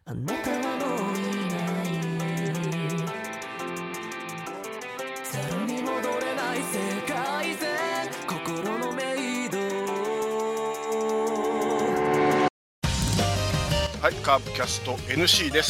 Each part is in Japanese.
あなたはもういないゼロに戻れない世界線心のメイド。 はい、カープキャスト NC です。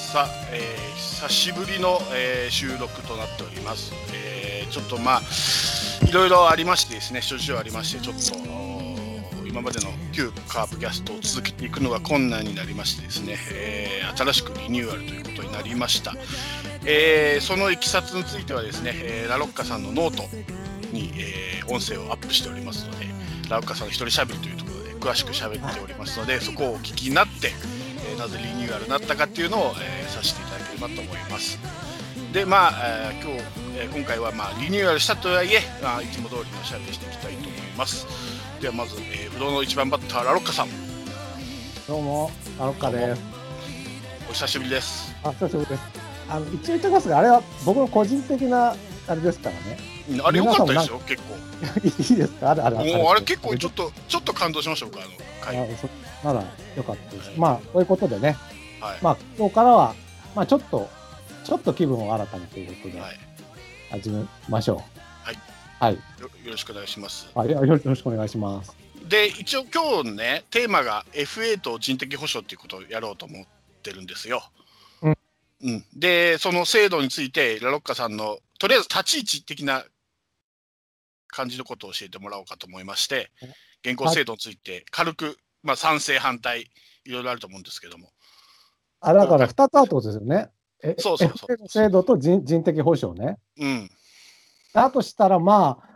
さあ、久しぶりの、収録となっております。ちょっといろいろありましてですね、諸事情ありまして、ちょっと今までの旧カープキャストを続けていくのが困難になりましてですね、新しくリニューアルということになりました。そのいきさつについてはですね、ラロッカさんのノートに、音声をアップしておりますので、ラロッカさんの一人しゃべりというところで詳しく喋っておりますので、そこをお聞きになって、なぜリニューアルになったかっていうのを、させていただければと思います。で今回はリニューアルしたとはいえ、いつも通りのしゃべりしていきたいと思います。ではまず、不動の一番バッターラロッカさん。 どうもラロッカです。 お久しぶりです。 久しぶりです。一応言ってますが、あれは僕の個人的なあれですからね。 あれ良かったですよ、結構。 いいですか？あれ結構ちょっと感動しました僕回。 まだ良かったです。そういうことでね。 はい、 今日からはちょっと気分を新たにということで、始めましょう。はい。よろしくお願いします。 よろしくお願いします。 で、一応今日ね、テーマが FA と人的保障っていうことをやろうと思ってるんですよ。で、その制度についてラロッカさんのとりあえず立ち位置的な感じのことを教えてもらおうかと思いまして、現行制度について軽く、賛成反対いろいろあると思うんですけども。 だから2つあるってことですよね。 そう。 FA 制度と人的保障ね。だとしたら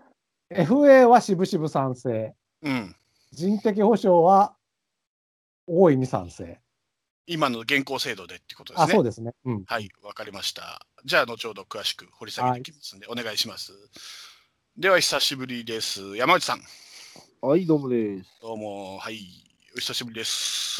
FA はしぶしぶ賛成。人的保障は大いに賛成。 今の現行制度でってことですね。 そうですね。 はい、わかりました。じゃあ後ほど詳しく掘り下げていきますので、お願いします。では久しぶりです。山内さん。 はい、どうもです。 どうも、はい、お久しぶりです。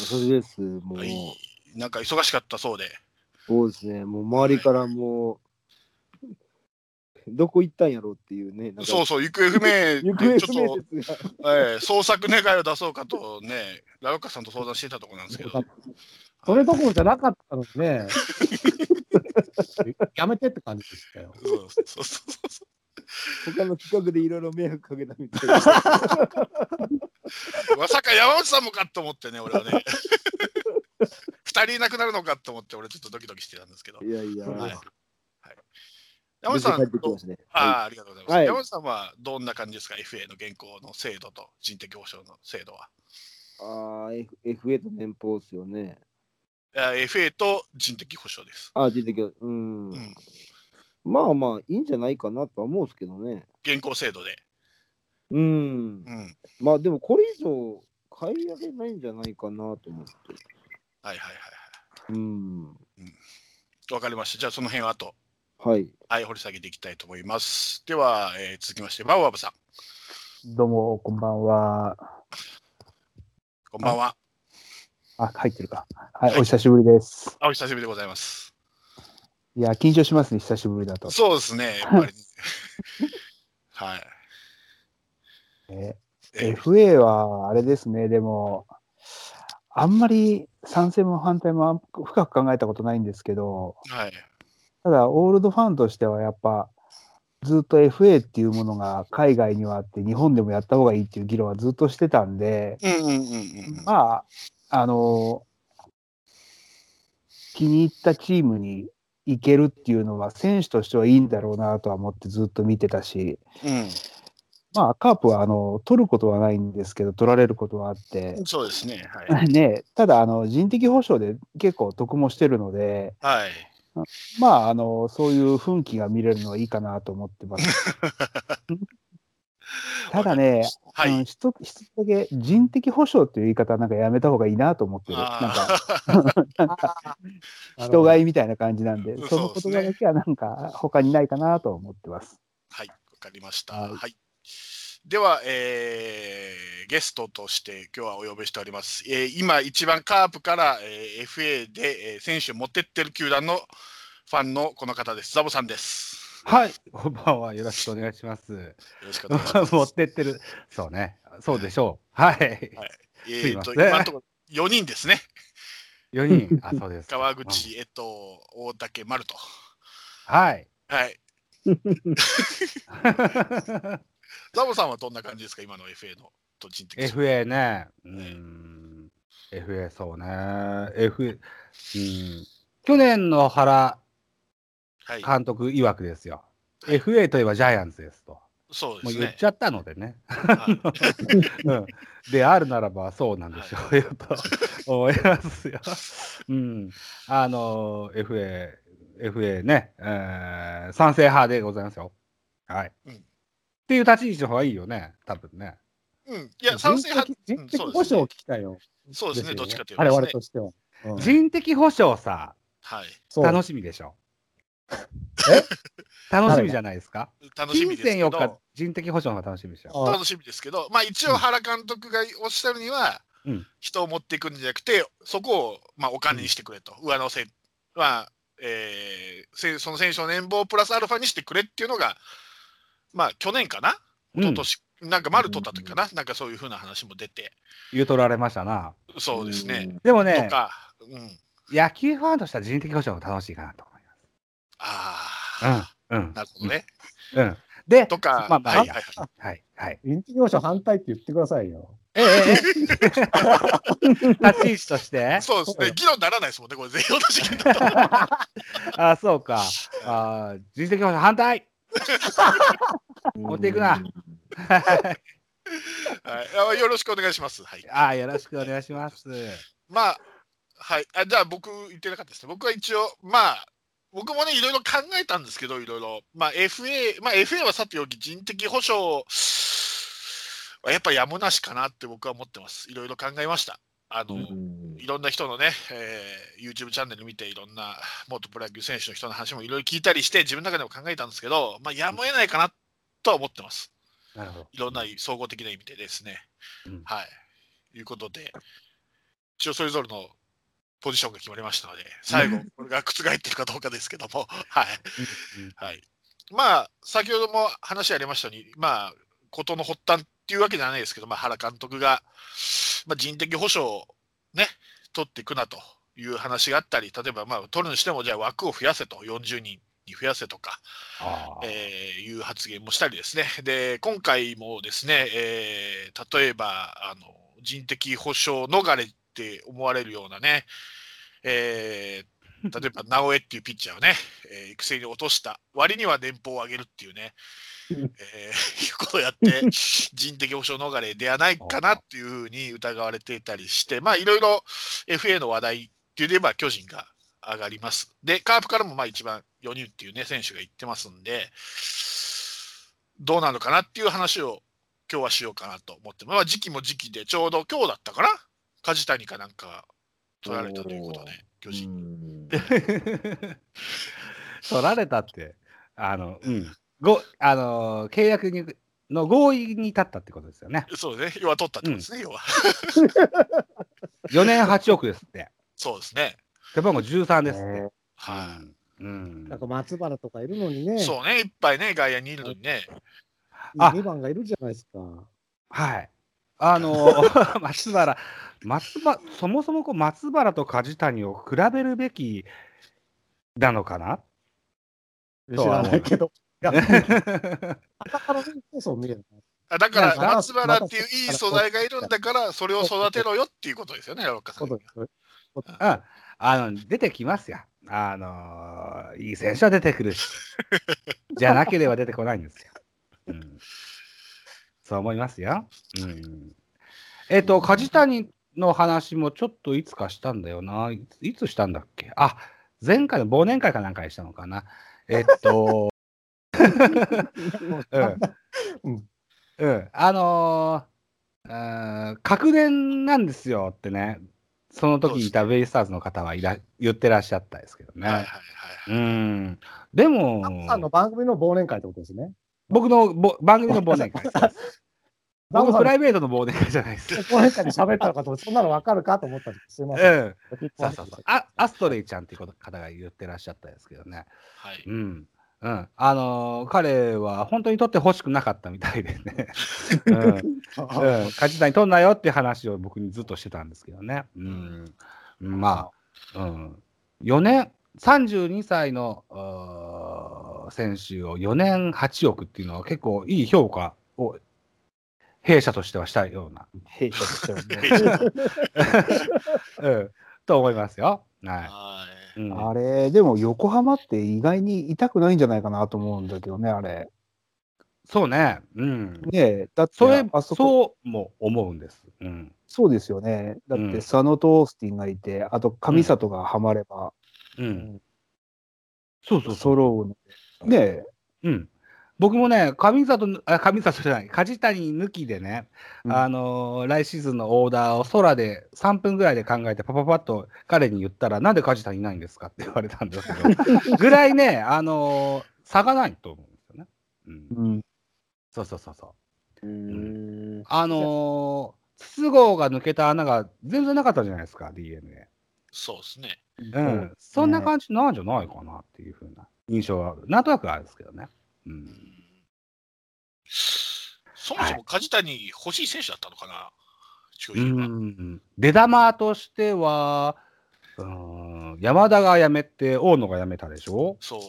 お久しぶりです。もう、 なんか忙しかったそうで。 そうですね。もう周りからもう、どこ行ったんやろうっていうね。 そう、行方不明でちょっと捜索願いを出そうかとね、ラロッカさんと相談してたところなんですけど。 それどころじゃなかったのでね。やめてって感じでしたよ。 そう。 他の企画でいろいろ迷惑かけたみたいな。 まさか山内さんもかと思ってね、俺はね。2人いなくなるのかと思って、俺ちょっとドキドキしてたんですけど。 いや。 山内さん、ありがとうございます。山内さんはどんな感じですか、FA の現行の制度と人的保障の制度は。 FA と年俸ですよね。 FA と人的保障です。 人的保障。いいんじゃないかなとは思うんですけどね。 現行制度で。 でもこれ以上買い上げないんじゃないかなと思って。 わかりました。じゃあその辺は後。掘り下げていきたいと思います。では、続きましてバウアブさん。どうもこんばんは。 こんばんは。 入ってるか。お久しぶりです。 お久しぶりでございます。 いや緊張しますね、久しぶりだと。 そうですね、やっぱり。 FA はあれですね、でもあんまり賛成も反対も深く考えたことないんですけど、ただオールドファンとしてはやっぱずっと FA っていうものが海外にはあって日本でもやった方がいいっていう議論はずっとしてたんで、気に入ったチームに行けるっていうのは選手としてはいいんだろうなとは思ってずっと見てたし、カープは取ることはないんですけど取られることはあって、 そうですね。 ただ人的保障で結構得もしてるので、そういう奮起が見れるのはいいかなと思ってます。ただね、一つだけ人的保障っていう言い方はなんかやめた方がいいなと思ってる。なんか人買いみたいな感じなんで、その言葉だけはなんか他にないかなと思ってます。 わかりました。では、ゲストとして今日はお呼びしております。今一番カープから、FA で、選手を持ってってる球団のファンのこの方です。ザボさんです。 こんばんは。よろしくお願いします。 よろしくお願いします。 持ってってる。そうね。そうでしょう。 今のところ4人ですね。 4人、あ、そうです。 川口、大竹、丸と。 はい。 はい。ザボさんはどんな感じですか、今の FA の人的 FA ね。FA そうね。去年の原監督曰くですよ。FA といえばジャイアンツですと。 そうですね。 もう言っちゃったのでね。であるならばそうなんでしょうよと思いますよ。FA ね、賛成派でございますよ。はい。っていう立ち位置の方がいいよね、多分ね。 いや、賛成派。 人的保障を聞きたいよ。 そうですね、どっちかというと。我々としては。 人的保障さ、楽しみでしょ。楽しみじゃないですか。 楽しみですけど。 人的保障の方が楽しみでしょ。 楽しみですけど、まあ一応原監督がおっしゃるには、人を持っていくんじゃなくて、そこをまあお金にしてくれと。上乗せは、その選手の年俸プラスアルファにしてくれっていうのが、まあ去年かな、一昨年なんか丸取った時かな、なんかそういうふうな話も出て。 言うとられましたな。 そうですね。 でもね、野球ファンとしては人的保障が楽しいかなと思います。 ああ、なるほどね。 で、 とか、 はい。 人的保障反対って言ってくださいよ。 立ち位置としてそうですね。議論にならないですもんね、これ、全員同じ議論あ、そうか。人的保障反対持っていくな。 よろしくお願いします。 よろしくお願いします。 まあ、はい。じゃあ僕言ってなかったですね。僕は一応、まあ、僕もね、いろいろ考えたんですけど、いろいろ。まあ FA はさておき、人的保障はやっぱやむなしかなって僕は思ってます。いろいろ考えました。いろんな人のね、YouTube チャンネル見て、いろんな元プロ野球選手の人の話もいろいろ聞いたりして、自分の中でも考えたんですけど、まあ、やむを得ないかなとは思ってます。 なるほど。 いろんな総合的な意味でですね。はい。いうことで、一応それぞれのポジションが決まりましたので、最後、これが覆っているかどうかですけども、はい。はい。まあ、先ほども話ありましたように、まあ、事の発端っていうわけじゃないですけど、まあ、原監督が、まあ、人的保障をね、取っていくなという話があったり、例えば、まあ、取るにしても、じゃあ枠を増やせと、40人に増やせとか、いう発言もしたりですね。で、今回もですね、例えば、人的保障逃れって思われるようなね、例えば直江っていうピッチャーをね、育成に落とした割には年俸を上げるっていうね、いうことをやって人的保障逃れではないかなっていうふうに疑われていたりして、まあいろいろ FA の話題っていうでば巨人が上がります。で、カープからもまあ一番4人っていうね選手が言ってますんで、どうなのかなっていう話を今日はしようかなと思って、まあ時期も時期でちょうど今日だったかな、梶谷かなんか取られたということで、巨人。 取られたって、契約の合意に立ったってことですよね。 そうですね。要は取ったってことですね、要は。 4年8億ですって。 そうですね。 背番号13ですって。 はい。 なんか松原とかいるのにね。 そうね、いっぱいね、外野にいるのにね。 2番がいるじゃないですか。 はい。松原、そもそも松原と梶谷を比べるべきなのかな？ 知らないけど。だから松原っていういい素材がいるんだから、それを育てろよっていうことですよね、ロッカさん。 出てきますよ。いい選手は出てくるし、じゃなければ出てこないんですよ。そう思いますよ。梶谷の話もちょっといつかしたんだよな。いつしたんだっけ？前回の忘年会かなんかにしたのかな。確年なんですよってね、その時いたベイスターズの方は言ってらっしゃったですけどね。でも、 さんの番組の忘年会ってことですね。 僕の番組の忘年会です。僕プライベートの忘年会じゃないです。 忘年会で喋ったのかと、そんなの分かるかと思ったんです。すみません。 アストレイちゃんっていう方が言ってらっしゃったですけどね。 はい。 彼は本当に取ってほしくなかったみたいでね。梶谷取んなよっていう話を僕にずっとしてたんですけどね。まあ、 4年、32歳の選手を4年8億っていうのは結構いい評価を弊社としてはしたいような。 弊社としてはね。 と思いますよ。 あれ、でも横浜って意外に痛くないんじゃないかなと思うんだけどね、あれ。 そうね。 ねだってそうも思うんです。 そうですよね。だって佐野とオースティンがいて、あと上里がはまれば、 そう揃うね。 僕もね、上里じゃない、梶谷抜きでね、来シーズンのオーダーを空で3分ぐらいで考えて、パパパッと彼に言ったら、なんで梶谷いないんですかって言われたんですけど、ぐらいね、差がないと思うんですよね。そう。筒香が抜けた穴が全然なかったじゃないですか、DNA。 そうですね。 そんな感じなんじゃないかなっていうふうな印象は、なんとなくあるんですけどね。 そもそも梶谷欲しい選手だったのかな、 出玉としては、山田が辞めて、大野が辞めたでしょ。 そう。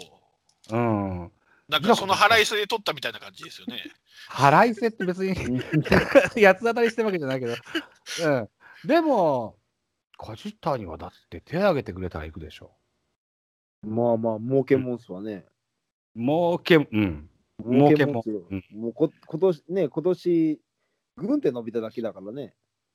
なんかその腹いせで取ったみたいな感じですよね。 腹いせって別に八つ当たりしてるわけじゃないけど、でも梶谷はだって手挙げてくれたら行くでしょ。 まあまあ儲けもんっすわね。 儲けもん。 もう今年ぐんって伸びただけだからね。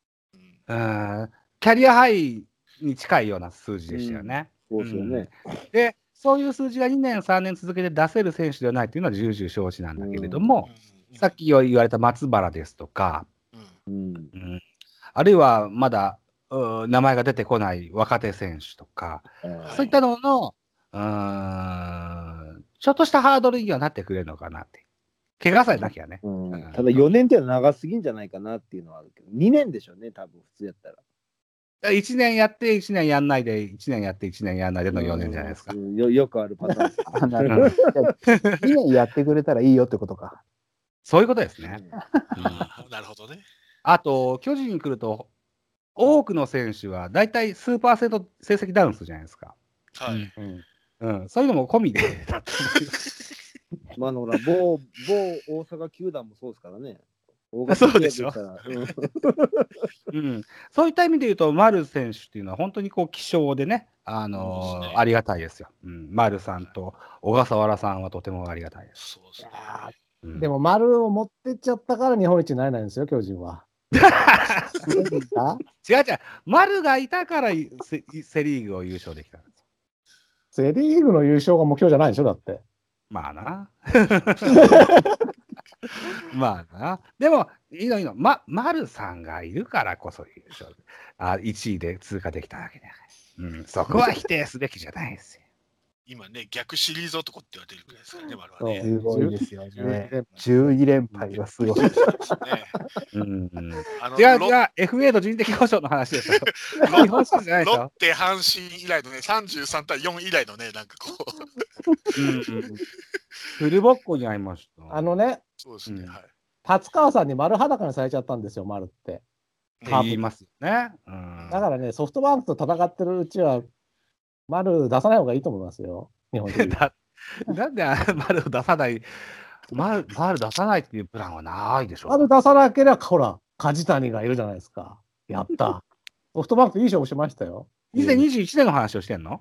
キャリアハイに近いような数字でしたよね。 そうですよね。 で、そういう数字が2年、3年続けて出せる選手ではないというのは重々承知なんだけれども、さっき言われた松原ですとか、あるいはまだ名前が出てこない若手選手とか、そういったのの、ちょっとしたハードルにはなってくれるのかなって。怪我さえなきゃね。 ただ4年ってのは長すぎんじゃないかなっていうのはあるけど、2年でしょうね、多分普通やったら。 1年やって1年やんないで、1年やって1年やんないでの4年じゃないですか。 よくあるパターン。 2年やってくれたらいいよってことか。 そういうことですね。 なるほどね。 あと、巨人に来ると、多くの選手は大体数パーセント成績ダウンするじゃないですか。そういうのも込みで。 まあほら、某大阪球団もそうですからね。 そうでしょ。そういった意味で言うと、丸選手っていうのは本当にこう希少でね、ありがたいですよ。丸さんと小笠原さんはとてもありがたいです。 そうですね。でも丸を持ってっちゃったから日本一になれないんですよ、巨人は。 違う。丸がいたからセ・リーグを優勝できたんです。 セ・リーグの優勝が目標じゃないでしょ、だって。 まあな。まあな。でも、いいの。丸さんがいるからこそ優勝。1位で通過できたわけだから。そこは否定すべきじゃないですよ。 今ね、逆シリーズ男って言われてるぐらいですからね、丸はね。 すごいですよね。12連敗がすごい。 違う、FA の人的保障の話ですよ。 ロッテ、阪神以来のね、33対4以来のね、なんかこう。 フルボッコに会いました。 そうですね。 達川さんに丸裸にされちゃったんですよ、丸って。 言いますよね。 だからね、ソフトバンクと戦ってるうちは、丸出さない方がいいと思いますよ、日本人。 なんで丸を出さない、丸出さないっていうプランはないでしょ。 丸出さなければ、ほら、梶谷がいるじゃないですか。やった。ソフトバンクいい勝負しましたよ。 2021年の話をしてんの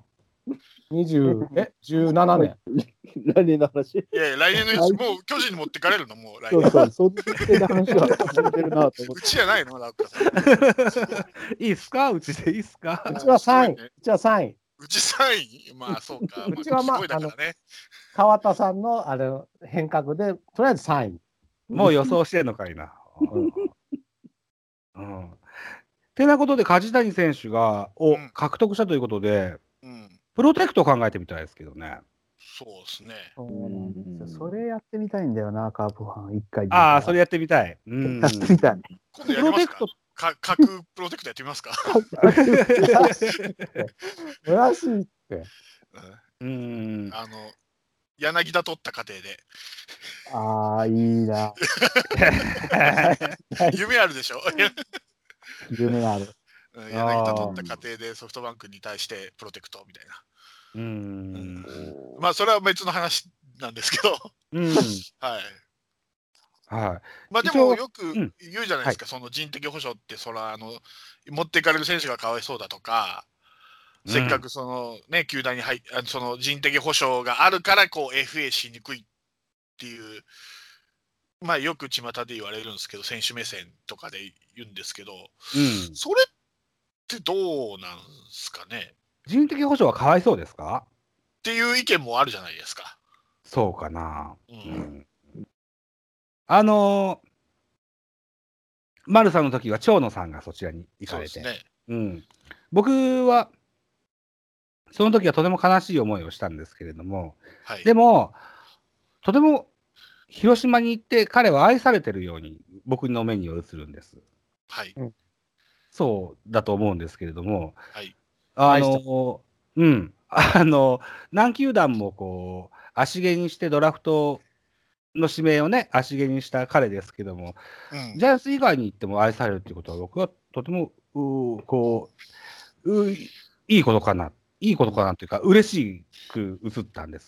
？17年。 来年の話。 いや、来年のもう巨人に持ってかれるの、もう来年。 そういう話はされてるなと思って。 うちじゃないのなんか。 いいっすか？うちでいいっすか？ うちは3位。うちは3位。 うち3位？まあそうか。 うちはまあ、川田さんの変革で、とりあえず3位。 もう予想してんのかいな。てなことで、梶谷選手を獲得したということで、プロテクトを考えてみたいですけどね。 そうですね。 それやってみたいんだよな、カープファン1回。 ああ、それやってみたい。 やってみたい。 プロテクト。核プロテクトやってみますか？ らしいって。 柳田取った過程で。 ああ、いいな。 夢あるでしょ？ 夢ある。 柳田取った過程でソフトバンクに対してプロテクトみたいな。まあそれは別の話なんですけど、はい。 はい。 まあでもよく言うじゃないですか、その人的保障って持っていかれる選手がかわいそうだとか、せっかくそのね球団にその人的保障があるからこう FA しにくいっていう、まあよく巷で言われるんですけど、選手目線とかで言うんですけど、それってどうなんですかね。 人的保障はかわいそうですかっていう意見もあるじゃないですか。 そうかな。丸さんの時は長野さんがそちらに行かれて、僕はその時はとても悲しい思いをしたんですけれども、でもとても広島に行って彼は愛されてるように僕の目には映るんです。そうだと思うんですけれども、何球団もこう足毛にしてドラフトの指名をね足毛にした彼ですけども、ジャイアンツ以外に行っても愛されるっていうことは僕はとてもいいことかなというか嬉しく映ったんです。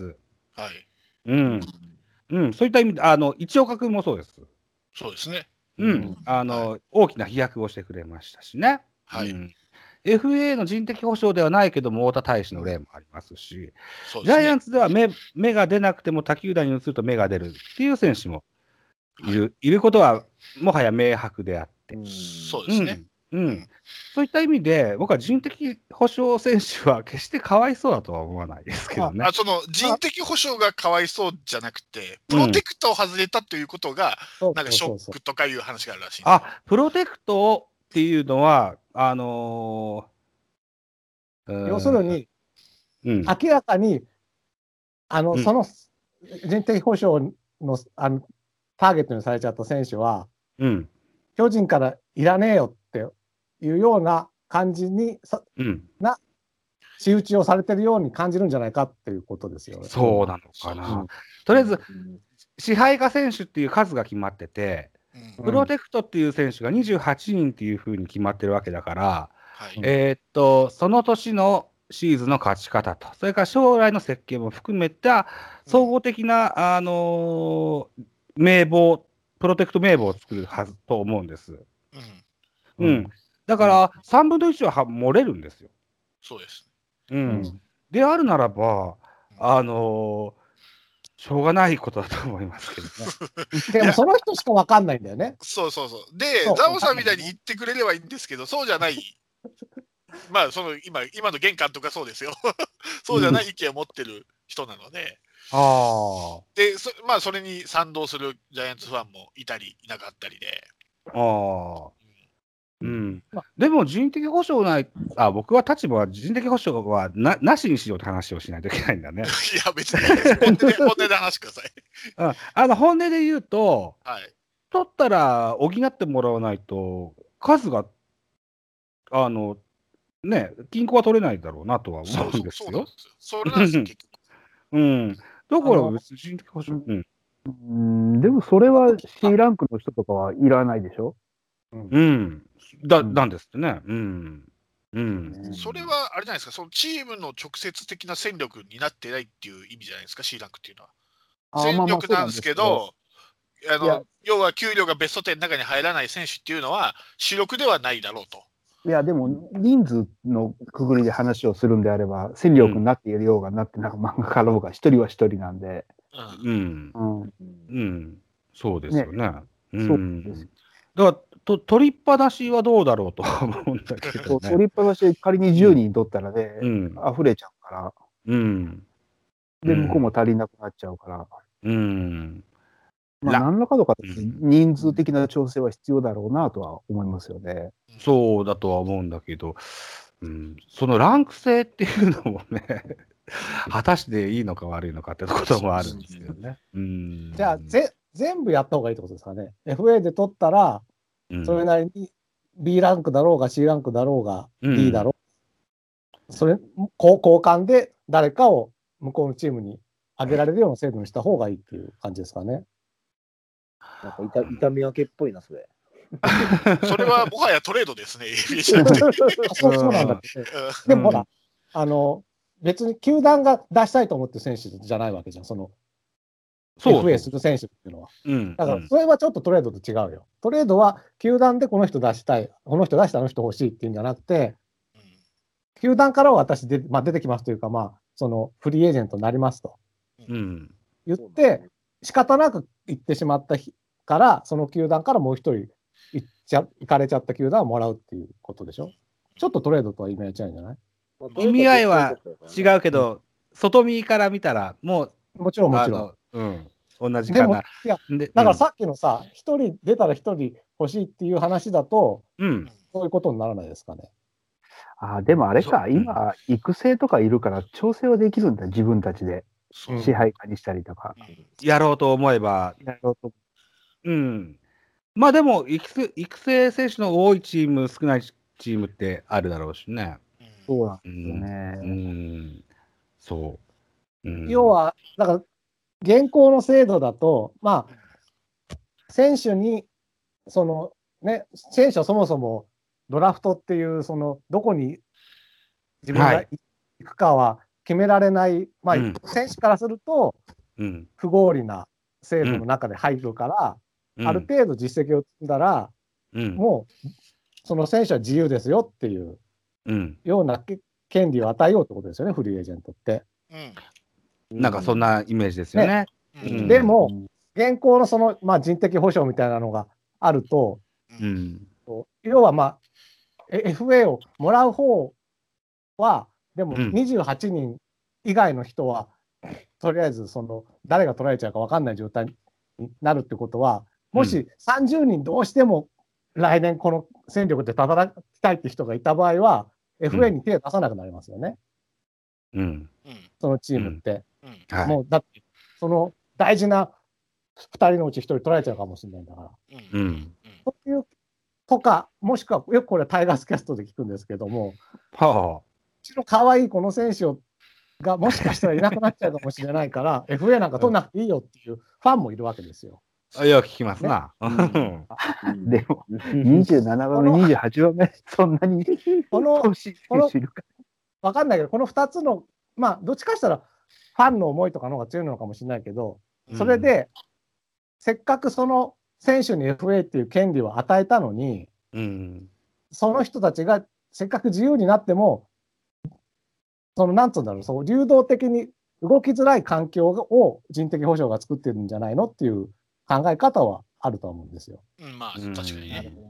そういった意味で市岡君もそうです。 そうですね。 大きな飛躍をしてくれましたしね。FA の人的保障ではないけども太田大使の例もありますし、ジャイアンツでは目が出なくても他球団に移ると目が出るっていう選手もいることはもはや明白であって、 そうですね。 そういった意味で僕は人的保障選手は決してかわいそうだとは思わないですけどね。 その人的保障がかわいそうじゃなくて、プロテクトを外れたということがなんかショックとかいう話があるらしい。 プロテクトっていうのは要するに、明らかにその人的保障のターゲットにされちゃった選手は、巨人からいらねえよっていうような感じにな仕打ちをされてるように感じるんじゃないかっていうことですよね。 そうなのかな。とりあえず支配下選手っていう数が決まってて、プロテクトっていう選手が28人っていうふうに決まってるわけだから、その年のシーズンの勝ち方と、それから将来の設計も含めた総合的な名簿、プロテクト名簿を作るはずと思うんです。だから3分の1は漏れるんですよ。 そうです。 であるならばしょうがないことだと思いますけどね。 でもその人しか分かんないんだよね。 そう。で、ザボさんみたいに言ってくれればいいんですけど、そうじゃない。まあ、今の玄関とかそうですよ。そうじゃない意見を持ってる人なので。で、それに賛同するジャイアンツファンもいたり、いなかったりで。 でも人的保障ない、僕は立場は人的保障はなしにしようって話をしないといけないんだね。 いや、別に本音で話してください。 本音で言うと、取ったら補ってもらわないと、数が、均衡は取れないだろうなとは思うんですよ。 それなんですよ、結局。だから別に人的保障。 でもそれは C ランクの人とかはいらないでしょ。 なんですってね。 それはあれじゃないですか、そのチームの直接的な戦力になってないっていう意味じゃないですか、C ランクっていうのは。戦力なんですけど、要は給料がベスト10の中に入らない選手っていうのは主力ではないだろうと。 いや、でも人数のくぐりで話をするんであれば、戦力になっているようがなってなんか漫画家の方が一人は一人なんで。 そうですよね。 そうです。 だから取りっぱなしはどうだろうと思うんだけど、 取りっぱなし仮に10人取ったらね、溢れちゃうから。で、向こうも足りなくなっちゃうから。何らかの形で人数的な調整は必要だろうなとは思いますよね。 そうだとは思うんだけど、そのランク制っていうのもね、果たしていいのか悪いのかってこともあるんですよね。 じゃあ全部やった方がいいってことですかね。FA で取ったら、それなりに B ランクだろうが C ランクだろうが D だろう。それ、交換で誰かを向こうのチームに上げられるような制度にした方がいいっていう感じですかね。 なんか痛み分けっぽいな、それ。 それはもはやトレードですね、AFA じゃなくて。 そうなんだけど、でもほら、別に球団が出したいと思ってる選手じゃないわけじゃん、FA する選手っていうのは。だから、それはちょっとトレードと違うよ。トレードは、球団でこの人出したい、この人出したあの人欲しいっていうんじゃなくて、球団からは私出てきますというか、フリーエージェントになりますと。言って、仕方なく行ってしまったから、その球団からもう一人行かれちゃった球団をもらうっていうことでしょ。ちょっとトレードとは意味合い違うんじゃない？ 意味合いは違うけど、外見から見たら、もちろん。 同じかな。 いや、だからさっきのさ、一人出たら一人欲しいっていう話だと、そういうことにならないですかね。 でもあれか、今、育成とかいるから、調整はできるんだ、自分たちで。支配下にしたりとか。 やろうと思えば。まあでも育成選手の多いチーム、少ないチームってあるだろうしね。 そうなんですよね。 そう。 要は、だから、現行の制度だと、選手に、選手はそもそもドラフトっていう、どこに自分が行くかは決められない、選手からすると、不合理な制度の中で入るから、ある程度実績を積んだら、もう、その選手は自由ですよっていうような権利を与えようってことですよね、フリーエージェントって。 なんかそんなイメージですよね。 でも、現行の人的保障みたいなのがあると、要はFA をもらう方は、でも28人以外の人は、とりあえず誰が取られちゃうか分かんない状態になるってことは、もし30人どうしても来年この戦力で戦いたいって人がいた場合は、FA に手を出さなくなりますよね。そのチームって。もうだって、その大事な2人のうち1人取られちゃうかもしれないんだから。そういうとか、もしくは、よくこれタイガースキャストで聞くんですけども、うちの可愛いこの選手がもしかしたらいなくなっちゃうかもしれないから、FA なんか取んなくていいよっていうファンもいるわけですよ。 よく聞きますな。 でも、27番目、28番目、そんなに欲しい選手いるか。 わかんないけど、この2つの、どっちかしたらファンの思いとかの方が強いのかもしれないけど、それで、せっかくその選手に FA っていう権利を与えたのに、その人たちがせっかく自由になっても、なんつうんだろう、流動的に動きづらい環境を人的保障が作ってるんじゃないのっていう考え方はあると思うんですよ。 確かに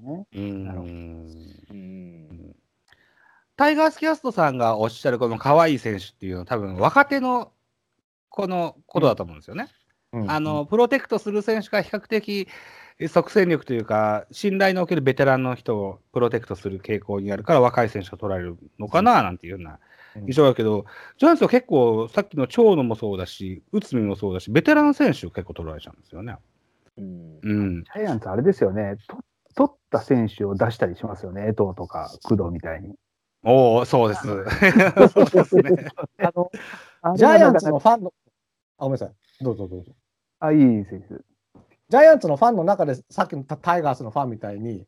ね。 タイガースキャストさんがおっしゃるこの可愛い選手っていうのは多分若手のこのことだと思うんですよね。プロテクトする選手が比較的即戦力というか信頼のおけるベテランの人をプロテクトする傾向にあるから若い選手が取られるのかななんていうような印象だけど、ジャイアンツは結構さっきの長野もそうだし内海もそうだしベテラン選手を結構取られちゃうんですよね。 ジャイアンツあれですよね、取った選手を出したりしますよね、江藤とか工藤みたいに。 そうです。 そうですね。ジャイアンツのファンの、ごめんなさい。どうぞ。 いい選手。 ジャイアンツのファンの中で、さっきのタイガースのファンみたいに、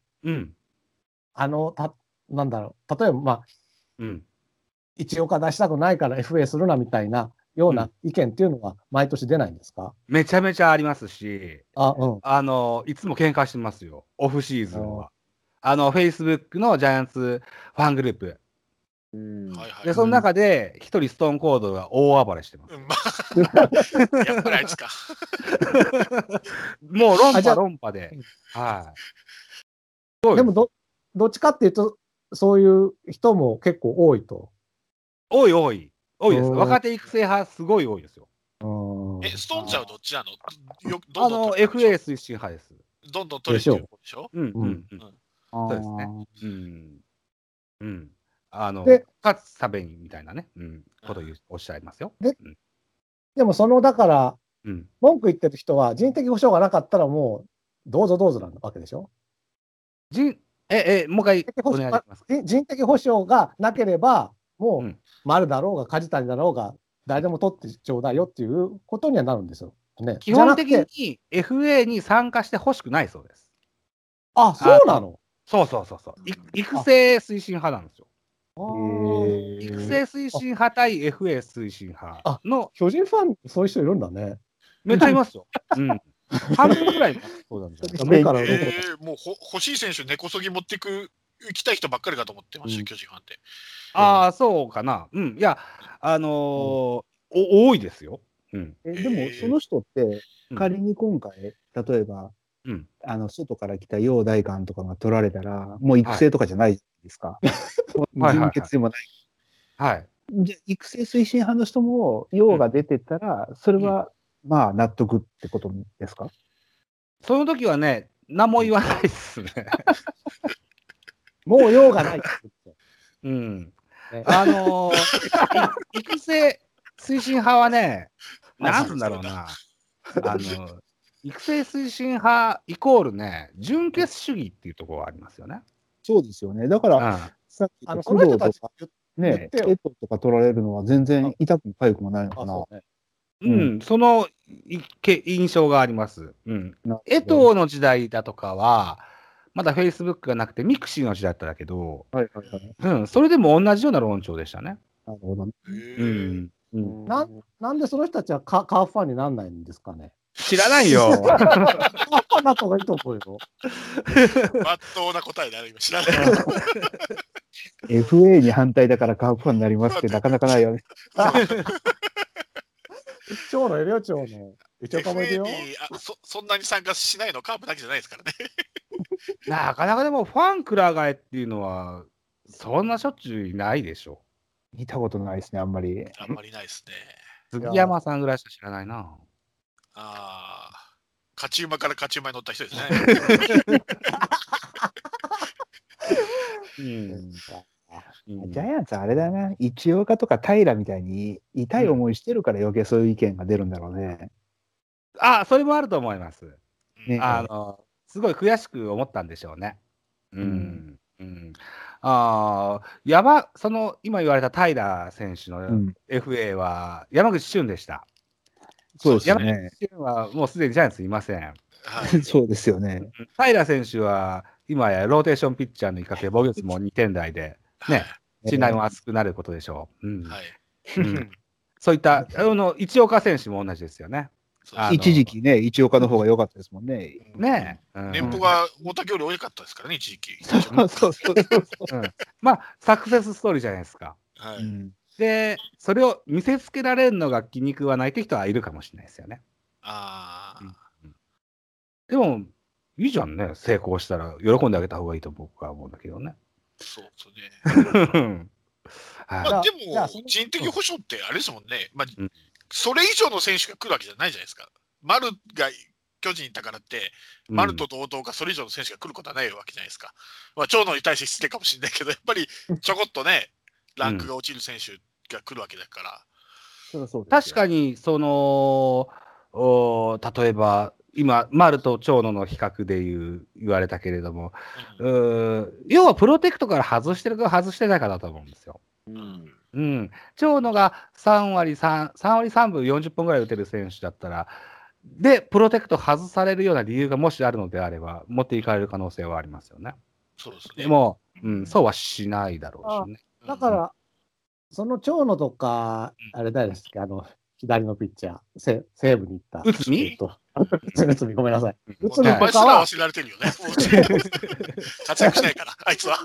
なんだろう、例えば、一岡出したくないから FA するなみたいなような意見っていうのは毎年出ないんですか？ めちゃめちゃありますし、いつも喧嘩してますよ、オフシーズンは。Facebook のジャイアンツファングループ。で、その中で、一人ストーンコードが大暴れしてます。 やっぱりあいつか。 もう論破で。 でもどっちかっていうと、そういう人も結構多いと。 多いです。若手育成派、すごい多いですよ。 ストーンちゃんはどっちなの ？FA 推進派です。 どんどん取れてるでしょ？ そうですね。勝つためにみたいなね、ことをおっしゃいますよ。 でもだから、文句言ってる人は人的保障がなかったらもうどうぞなわけでしょ？ もう一回お願いします。 人的保障がなければ、もう丸だろうが梶谷だろうが誰でも取ってちょうだいよっていうことにはなるんですよ。 基本的に FA に参加してほしくないそうです。 あ、そうなの？ そう。育成推進派なんですよ。 育成推進派対 FA 推進派の。 巨人ファン、そういう人いるんだね。 めっちゃいますよ。半分ぐらいそうなんじゃない。 目からもう欲しい選手、根こそぎ持って行きたい人ばっかりかと思ってました、巨人ファンって。 ああ、そうかな。いや、多いですよ。 でも、その人って、仮に今回、例えば、外から来た陽大館とかが取られたら、もう育成とかじゃないですか。人欠でもない。 はい。 じゃ育成推進派の人も陽が出てたら、それは、まあ、納得ってことですか？ その時はね、何も言わないですね。 もう用がない。 育成推進派はね、なんつうんだろうな。育成推進派イコールね、純血主義っていうところがありますよね。 そうですよね。だから、さっきの工藤とか、ね、エトとか取られるのは全然痛くも痒くもないのかな。 その印象があります。エトの時代だとかは、まだフェイスブックがなくてミクシーの時代だったんだけど、それでも同じような論調でしたね。 なるほどね。 なんでその人たちはカーファンにならないんですかね。 知らないよ。 カーファンなった方がいいと思うよ。 まっとうな答えだね、今知らない。 FA に反対だからカープファンになりますってなかなかないよね。 長野、エリオ長の一応かもいるよ。 そんなに参加しないのカープだけじゃないですからね。 なかなかでもファンくら替えっていうのは、そんなしょっちゅういないでしょ。 見たことないですね、あんまり。 あんまりないですね。 杉山さんぐらいしか知らないな。 勝ち馬から勝ち馬に乗った人ですね。 ジャイアンツあれだな、一岡とか平みたいに痛い思いしてるから余計そういう意見が出るんだろうね。 それもあると思います。すごい悔しく思ったんでしょうね。今言われた平選手の FA は山口俊でした。 そうですね。 山口俊はもうすでにジャイアンツいません。 そうですよね。 平選手は今やローテーションピッチャーの一角で防御率も2点台で、ね、信頼も厚くなることでしょう。そういった一岡選手も同じですよね。 一時期ね、一岡の方が良かったですもんね。 年俸が大竹より多かったですからね、一時期。 そう。 まあ、サクセスストーリーじゃないですか。で、それを見せつけられるのが気に食わないという人はいるかもしれないですよね。でも、いいじゃんね、成功したら喜んであげた方がいいと僕は思うんだけどね。 そうですね。でも、人的保障ってあれですもんね。それ以上の選手が来るわけじゃないじゃないですか。丸が巨人にいたからって、丸と同等かそれ以上の選手が来ることはないわけじゃないですか。長野に対して失礼かもしれないけど、やっぱりちょこっとね、ランクが落ちる選手が来るわけだから。 確かに、例えば、今、丸と長野の比較で言われたけれども、要はプロテクトから外してるか外してないかだと思うんですよ。長野が3割3分40本ぐらい打てる選手だったら、で、プロテクト外されるような理由がもしあるのであれば、持っていかれる可能性はありますよね。 そうですね。 でも、そうはしないだろうしね。 だから、その長野とか、あれ誰ですか、左のピッチャー、西武に行った。 内海、ごめんなさい。 内海とかは忘れられてるよね。活躍しないから、あいつは。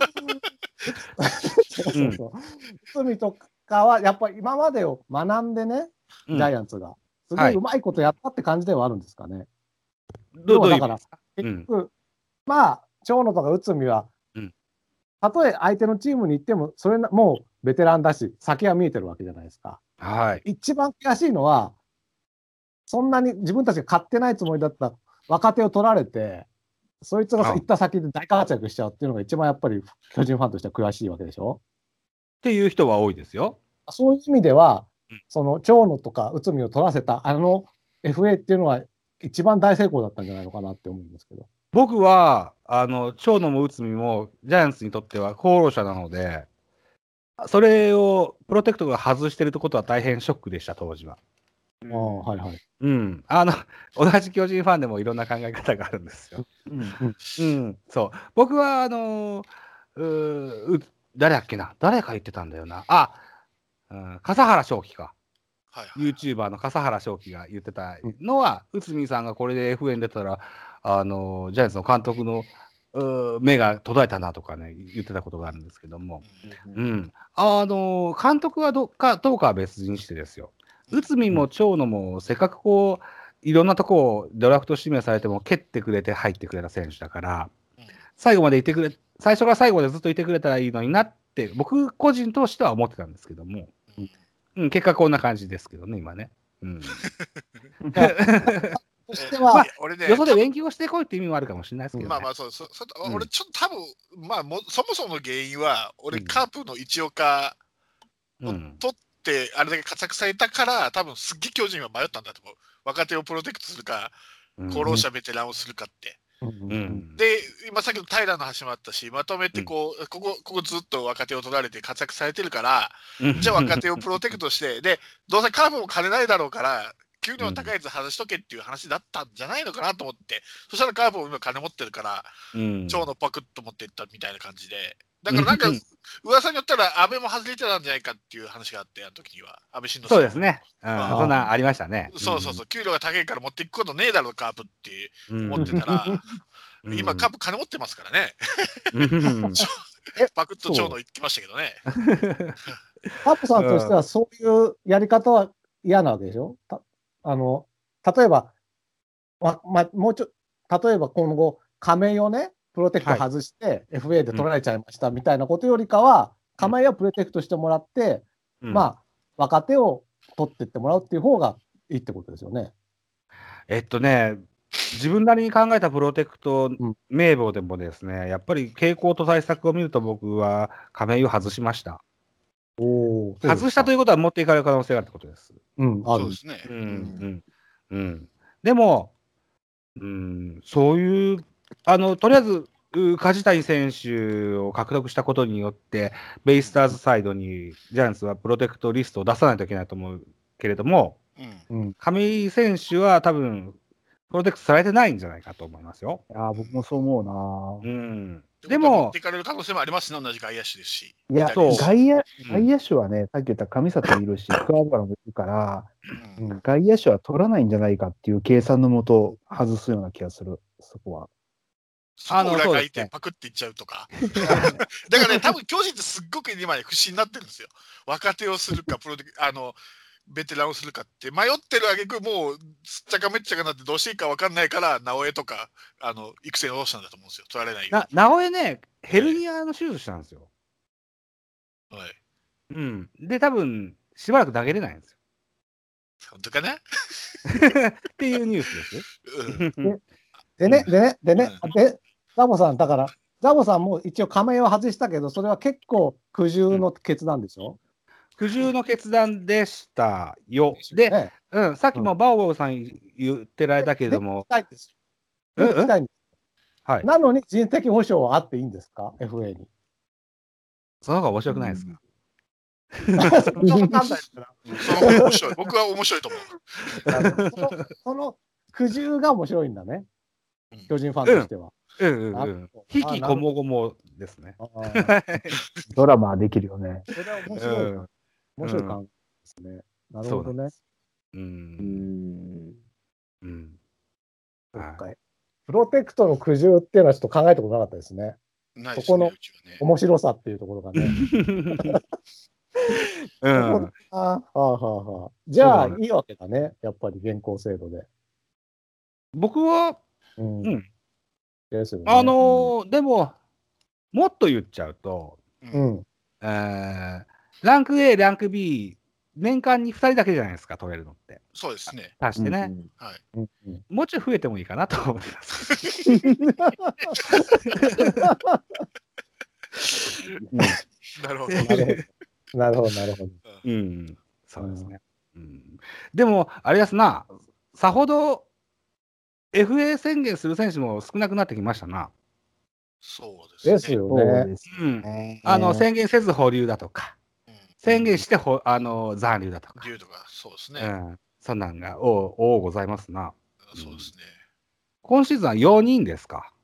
内海とかは、やっぱり今までを学んでね、ジャイアンツが。すごいうまいことやったって感じではあるんですかね。だから、結局、長野とか内海は、たとえ相手のチームに行っても、もうベテランだし、先は見えてるわけじゃないですか。一番悔しいのは、そんなに自分たちが買ってないつもりだった若手を取られて、そいつが行った先で大活躍しちゃうっていうのが一番やっぱり巨人ファンとしては悔しいわけでしょっていう人は多いですよ。 そういう意味では、その長野とか内海を取らせたFA っていうのは一番大成功だったんじゃないのかなって思うんですけど。 僕は長野も内海もジャイアンツにとっては功労者なので、それをプロテクトが外してるってことは大変ショックでした、当時は。 はいはい。 うん。同じ巨人ファンでもいろんな考え方があるんですよ。そう。僕は、誰だっけな、誰か言ってたんだよな。笠原翔輝か。YouTuber の笠原翔輝が言ってたのは、内海さんがこれで FA に出たら、ジャイアンツの監督の目が途絶えたなとかね、言ってたことがあるんですけども、監督はどうかは別にしてですよ。内海も長野もせっかくこう、いろんなとこをドラフト指名されても蹴ってくれて入ってくれた選手だから、最後までいてくれ、最初から最後までずっといてくれたらいいのになって、僕個人としては思ってたんですけども、結果こんな感じですけどね、今ね。 そしては、 俺ね、よそで勉強してこいって意味もあるかもしれないですけど、ね。 俺ちょっと多分、そもそもの原因は、俺、カープの一岡を取って、あれだけ活躍されたから、多分すっげえ巨人は迷ったんだと思う。若手をプロテクトするか、功労者ベテランをするかって。で、今さっきの平の話もあったし、まとめてここずっと若手を取られて活躍されてるから、じゃあ若手をプロテクトして、で、どうせカープも金ないだろうから、給料の高いやつ外しとけっていう話だったんじゃないのかなと思って、そしたらカープも今金持ってるから、超のパクッと持っていったみたいな感じで、だからなんか、噂によったら安倍も外れてたんじゃないかっていう話があって、あの時には、安倍晋三さん。 そうですね。そんなありましたね。 そう、給料が高いから持っていくことねえだろ、カープって思ってたら、今、カープ金持ってますからね。パクッと超の言ってましたけどね。 カープさんとしてはそういうやり方は嫌なわけでしょ？例えば、もう例えば今後、亀井をね、プロテクト外して、FA で取られちゃいましたみたいなことよりかは、亀井はプロテクトしてもらって、若手を取っていってもらうっていう方がいいってことですよね。 自分なりに考えたプロテクト名簿でもですね、やっぱり傾向と対策を見ると僕は亀井を外しました。外したということは持っていかれる可能性があるってことです。 そうですね。 でも、そういう、とりあえず、梶谷選手を獲得したことによって、ベイスターズサイドにジャイアンツはプロテクトリストを出さないといけないと思うけれども、亀井選手は多分、プロテクトされてないんじゃないかと思いますよ。 いや、僕もそう思うな。 でも、持っていかれる可能性もありますね、同じ外野手ですし。 いや、外野手はね、さっき言った上里いるし、桑原もいるから、外野手は取らないんじゃないかっていう計算のもと、外すような気がする、そこは。 裏書いてパクっていっちゃうとか。だからね、多分巨人ってすっごく今ね、不審になってるんですよ。若手をするか、ベテランをするかって迷ってるあげく、もうすっちゃかめっちゃかなってどうしていいか分かんないから、直江とか育成をどうしたんだと思うんですよ、取られないように。 直江ね、ヘルニアの手術したんですよ。 はい。 で、多分しばらく投げれないんですよ。 本当かなっていうニュースです。で、ザボさん、だから、ザボさんも一応亀井を外したけど、それは結構苦渋の決断でしょ？ 苦渋の決断でしたよ。で、さっきもバオバオさん言ってられたけれども。 なのに人的保障はあっていいんですか ?FA に。 その方が面白くないですか？ 僕は面白いと思う。その苦渋が面白いんだね。巨人ファンとしては。 引きこもごもですね。 ドラマできるよね。 それは面白い。面白い感じですね。なるほどね。プロテクトの苦渋っていうのはちょっと考えたことなかったですね。そこの面白さっていうところがね。じゃあ、いいわけだね。やっぱり現行制度で。 僕は、 ですよね。 でも、もっと言っちゃうと、ランク A、ランク B、年間に2人だけじゃないですか、取れるのって。 そうですね。 足してね。もうちょい増えてもいいかなと思います。 なるほど。 なるほど。 そうですね。でも、あれですな、さほど FA 宣言する選手も少なくなってきましたな。 そうですね。 ですよね。 宣言せず保留だとか、宣言して残留だとか。 そうですね。 そんなんがおございますな。 そうですね。 今シーズンは4人ですか。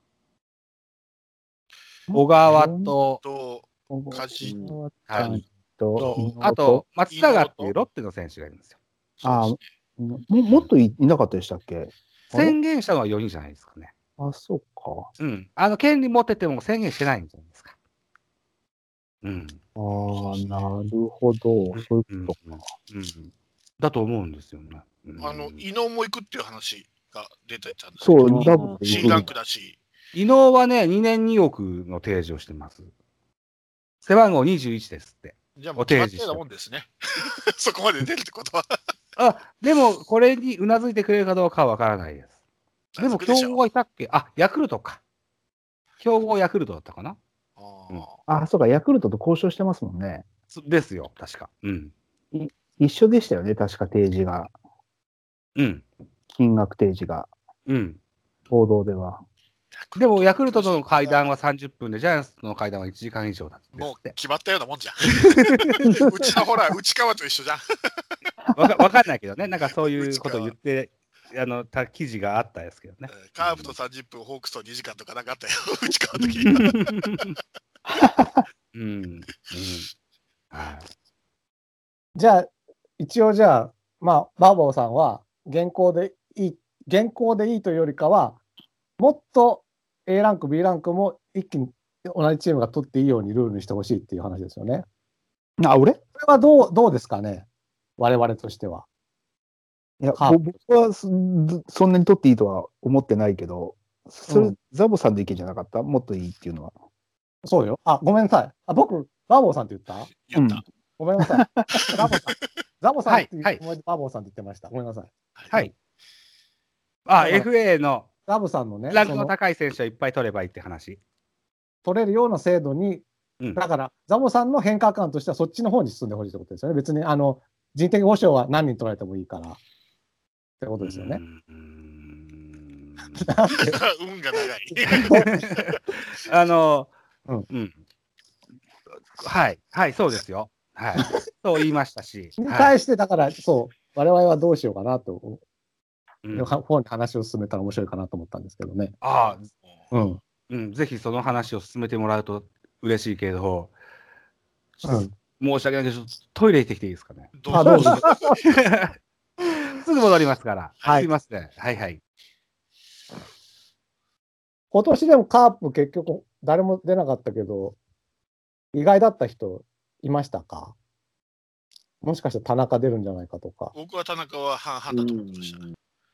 小川と梶谷と、あと、松永っていうロッテの選手がいるんですよ。 もっといなかったでしたっけ？ 宣言したのは4人じゃないですかね。 あ、そうか。 うん。権利持ってても宣言してないんじゃないですか。うん。 ああ、なるほど。そういうことか。 だと思うんですよね。 伊能も行くっていう話が出てたんですけど、そう、ダブル C ランクだし。 伊能はね、2年2億の提示をしてます。背番号21ですって。 じゃあもう決まったようなもんですね。そこまで出るってことは。 でも、これにうなずいてくれるかどうかはわからないです。でも、競合はいたっけ？ヤクルトか。競合ヤクルトだったかな。 そうか、ヤクルトと交渉してますもんね。 ですよ、確か。 一緒でしたよね、確か提示が。金額提示が。報道では。 でも、ヤクルトとの会談は30分で、ジャイアンツとの会談は1時間以上だって。 もう決まったようなもんじゃん。うちのほら、内川と一緒じゃん。 わかんないけどね、なんかそういうことを言って、記事があったですけどね。 カープと30分、ホークスと2時間とかなかったよ、内川の時。 じゃあ、一応じゃあ、バーボーさんは現行でいいというよりかは、もっと A ランク、B ランクも一気に同じチームが取っていいようにルールにしてほしいっていう話ですよね。 俺？ これはどうですかね、我々としては。 いや、僕はそんなに取っていいとは思ってないけど、ザボさんの意見じゃなかった？もっといいっていうのは。 そうよ。ごめんなさい。僕、バーボーさんって言った。 ごめんなさい。ザボさんって言って、バーボーさんって言ってました。ごめんなさい。 はい。FA のザボさんのね、 ランクの高い選手をいっぱい取ればいいって話。 取れるような制度に、だから、ザボさんの変革案としてはそっちの方に進んでほしいってことですよね。別に、人的保障は何人取られてもいいから。ってことですよね。 運が長い。 はい、そうですよ。はい。そう言いましたし。 に対して、だから、我々はどうしようかなと、方に話を進めたら面白いかなと思ったんですけどね。 ぜひその話を進めてもらうと嬉しいけど、申し訳ないけど、トイレ行ってきていいですかね。 どうぞ。 すぐ戻りますから。すいません。はい。 今年でもカープ結局誰も出なかったけど、意外だった人いましたか？もしかして田中出るんじゃないかとか。 僕は田中は半々だと思いました。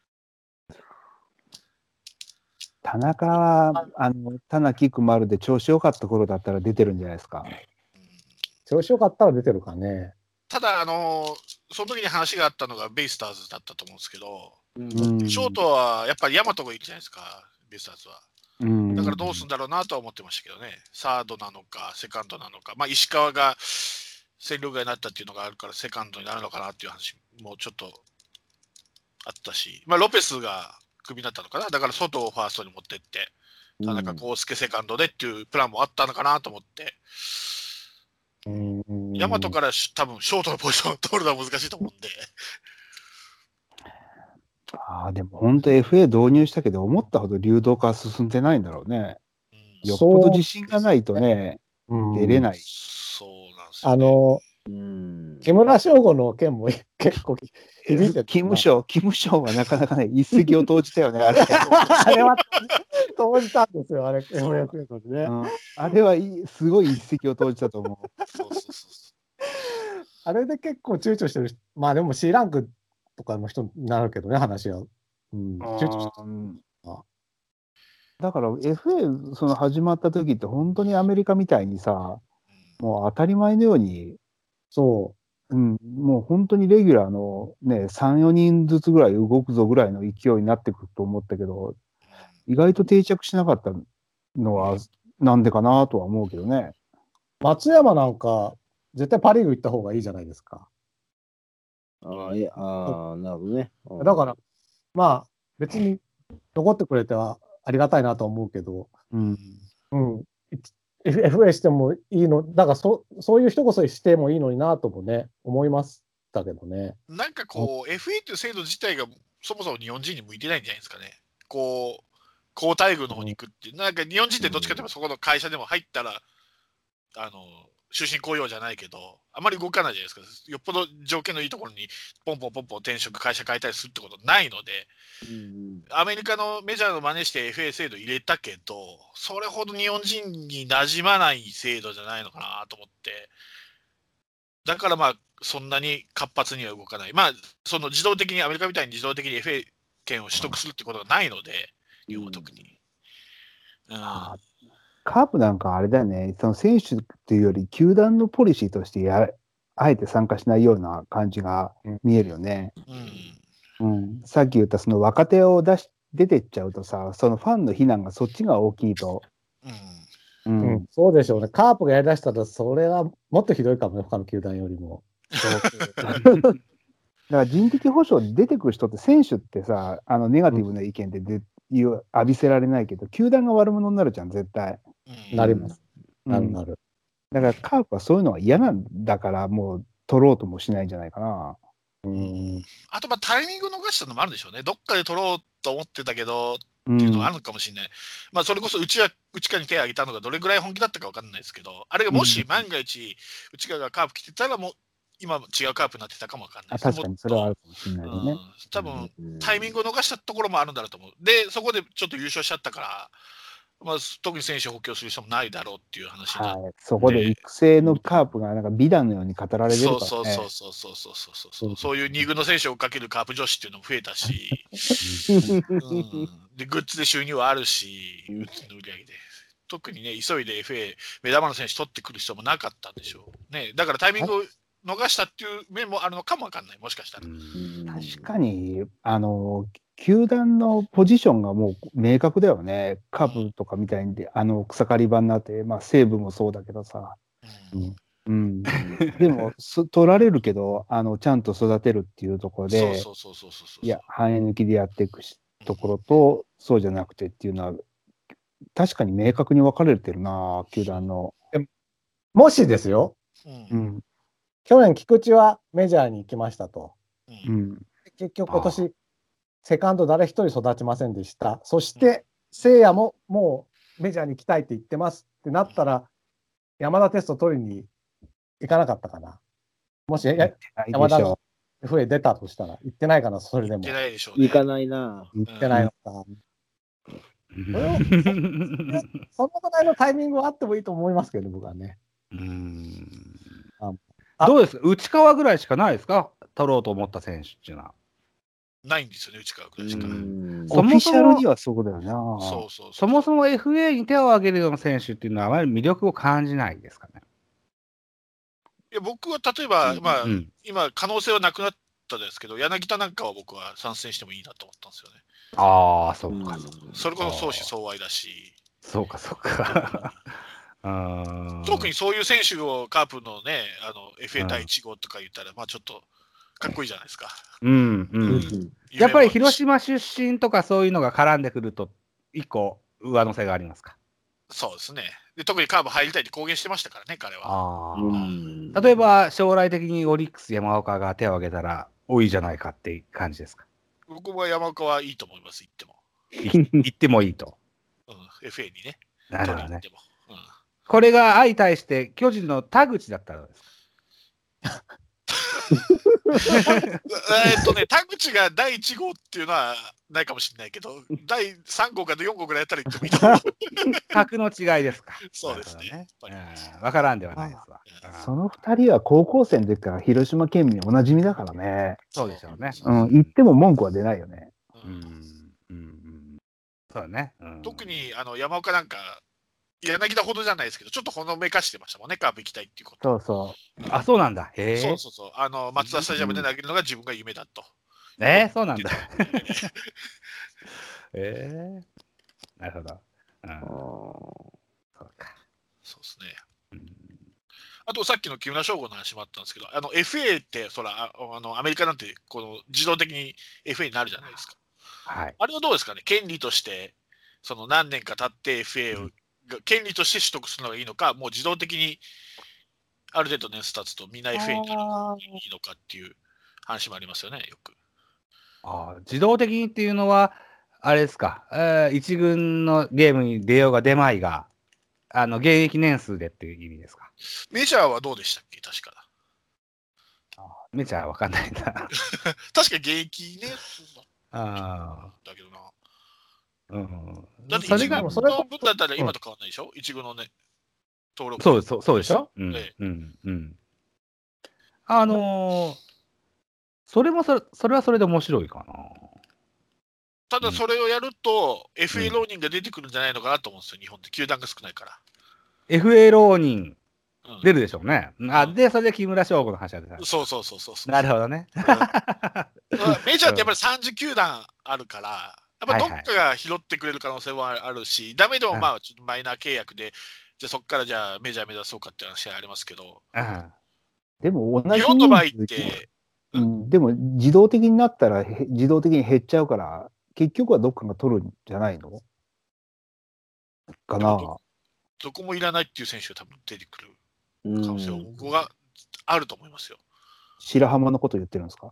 田中は、田中菊丸で調子良かった頃だったら出てるんじゃないですか。 調子良かったら出てるかね。 ただ、その時に話があったのがベイスターズだったと思うんですけど、ショートはやっぱり大和がいるじゃないですか、ベイスターズは。だからどうするんだろうなとは思ってましたけどね、サードなのか、セカンドなのか、石川が戦力外になったっていうのがあるから、セカンドになるのかなっていう話もちょっとあったし、ロペスがクビになったのかな、だから外をファーストに持ってって、田中康介セカンドでっていうプランもあったのかなと思って、大和から多分ショートのポジションを取るのは難しいと思うんで。 でも本当 FA 導入したけど、思ったほど流動化は進んでないんだろうね。よっぽど自信がないとね、出れない。 そうなんですよね。 木村翔吾の件も結構響いてる。キムショーはなかなかね、一石を投じたよね、あれ。 あれは投じたんですよ、あれ、FA でね。 あれはすごい一石を投じたと思う。 あれで結構躊躇してる。でも C ランクとかの人になるけどね、話は。躊躇してる。 だから FA 始まった時って本当にアメリカみたいにさ、もう当たり前のように、もう本当にレギュラーのね、3、4人ずつぐらい動くぞぐらいの勢いになってくると思ったけど、意外と定着しなかったのはなんでかなとは思うけどね。 松山なんか、絶対パ・リーグ行った方がいいじゃないですか。 なるほどね。 だから、別に残ってくれてはありがたいなと思うけど、FA してもいいの、だからそういう人こそしてもいいのになともね、思います。 たけどね。 なんかこう、FA という制度自体がそもそも日本人に向いてないんじゃないですかね。こう、高待遇の方に行くっていう、なんか日本人ってどっちかというと、そこの会社でも入ったら、終身雇用じゃないけど、あまり動かないじゃないですか。よっぽど条件のいいところにポンポンポンポン転職、会社変えたりするってことないので、アメリカのメジャーの真似して FA 制度入れたけど、それほど日本人に馴染まない制度じゃないのかなと思って、だからまあ、そんなに活発には動かない。まあ、その自動的に、アメリカみたいに自動的に FA 権を取得するってことがないので、日本は特に。 カープなんかあれだよね、その選手っていうより、球団のポリシーとしてあえて参加しないような感じが見えるよね。さっき言ったその若手を出てっちゃうとさ、そのファンの非難がそっちが大きいと。 そうでしょうね。カープがやりだしたら、それはもっとひどいかもね、他の球団よりも。 だから人的保障で出てくる人って、選手ってさ、ネガティブな意見で浴びせられないけど、球団が悪者になるじゃん、絶対。 なります。なる。 だからカープはそういうのは嫌なんだから、もう取ろうともしないんじゃないかな。 あと、タイミング逃したのもあるでしょうね。どっかで取ろうと思ってたけど、っていうのがあるのかもしれない。まあ、それこそ内川に手を挙げたのがどれぐらい本気だったか分かんないですけど、あれがもし万が一、内川がカープ来てたら、もう今も違うカープになってたかも分かんないです。 確かにそれはあるかもしれないよね。 多分タイミングを逃したところもあるんだろうと思う。で、そこでちょっと優勝しちゃったから、まあ、特に選手を補強する人もないだろうっていう話になって、 そこで育成のカープがなんか美談のように語られてるからね。 そういう2軍の選手を追っかけるカープ女子っていうのも増えたし、でグッズで収入はあるし、売り上げで。特にね、急いで FA、目玉の選手取ってくる人もなかったんでしょう。ね、だからタイミングを逃したっていう面もあるのかもわかんない、もしかしたら。 確かに、球団のポジションがもう明確だよね。カープとかみたいに草刈り場になって、まあ西武もそうだけどさ。でも取られるけどちゃんと育てるっていうところで、いや半円抜きでやっていくところと、そうじゃなくてっていうのは確かに明確に分かれてるな、球団の。 もしですよ、去年菊池はメジャーに行きましたと。結局今年セカンド誰一人育ちませんでした。そして聖夜ももうメジャーに行きたいって言ってますってなったら、山田テスト取りに行かなかったかな。もし山田の FA 出たとしたら行ってないかな、それでも。 行ってないでしょうね。 行かないな。 行ってないのか。そのぐらいのタイミングはあってもいいと思いますけど、僕はね。 どうですか、内川ぐらいしかないですか、取ろうと思った選手っていうのは。 ないんですよね、内川ぐらいしか。 オフィシャルにはそうだよな。 そもそも FA に手を挙げるような選手っていうのは、あまり魅力を感じないですかね。 いや、僕は例えば、まあ、今、可能性はなくなったですけど、柳田なんかは僕は参戦してもいいなと思ったんですよね。 ああ、そうか。 それこそ相思相愛だし。 そうか、そうか。 特にそういう選手をカープのね、FA 第1号とか言ったら、まあちょっとかっこいいじゃないですか。 やっぱり広島出身とかそういうのが絡んでくると、一個上乗せがありますか。 そうですね。で、特にカープ入りたいって公言してましたからね、彼は。 例えば、将来的にオリックス、山岡が手を挙げたら、多いじゃないかっていう感じですか。 僕は山岡はいいと思います、行っても。 行ってもいいと。 FA にね。 なるほどね。これが相対して、巨人の田口だったらですか。 田口が第1号っていうのはないかもしれないけど、第3号か4号ぐらいやったら言ってもいいと思う。 格の違いですか。 そうですね。 わからんではないですわ。 その2人は高校生の時から広島県民おなじみだからね。 そうでしょうね。 言っても文句は出ないよね。 そうだね。 特に山岡なんか、柳田ほどじゃないですけど、ちょっとほのめかしてましたもんね、カープ行きたいっていうこと。 あ、そうなんだ。へえ。 そう。マツダスタジアムで投げるのが自分が夢だと。 そうなんだ。なるほど。そうか。 そうですね。あと、さっきの木村翔吾の話もあったんですけど、FA って、アメリカなんて、自動的に FA になるじゃないですか。 はい。 あれはどうですかね、権利として、何年か経って FA を、権利として取得するのがいいのか、もう自動的にある程度年数経つとみんな FA になるのがいいのかっていう。 話もありますよね、よく。 自動的にっていうのは、あれですか、一軍のゲームに出ようが出まいが、現役年数でっていう意味ですか。 メジャーはどうでしたっけ、確か。 メジャーは分かんないな。確か現役年数だったけどな。だって一軍の分だったら今と変わらないでしょ、一軍のね、登録。 そうでしょ。それはそれで面白いかな。 ただそれをやると、FA 浪人が出てくるんじゃないのかなと思うんですよ、日本って球団が少ないから。 FA 浪人出るでしょうね。で、それで木村翔吾の話が出た。 そう。 なるほどね。 メジャーってやっぱり30球団あるから、やっぱどっかが拾ってくれる可能性もあるし、ダメでもまあちょっとマイナー契約で、じゃあそこからじゃあメジャー目指そうかっていう話はありますけど、 でも同じ日本の場合って、 でも自動的になったら自動的に減っちゃうから、結局はどっかが取るんじゃないのかな。 どこもいらないっていう選手が多分出てくる可能性は僕はあると思いますよ。 白浜のこと言ってるんですか？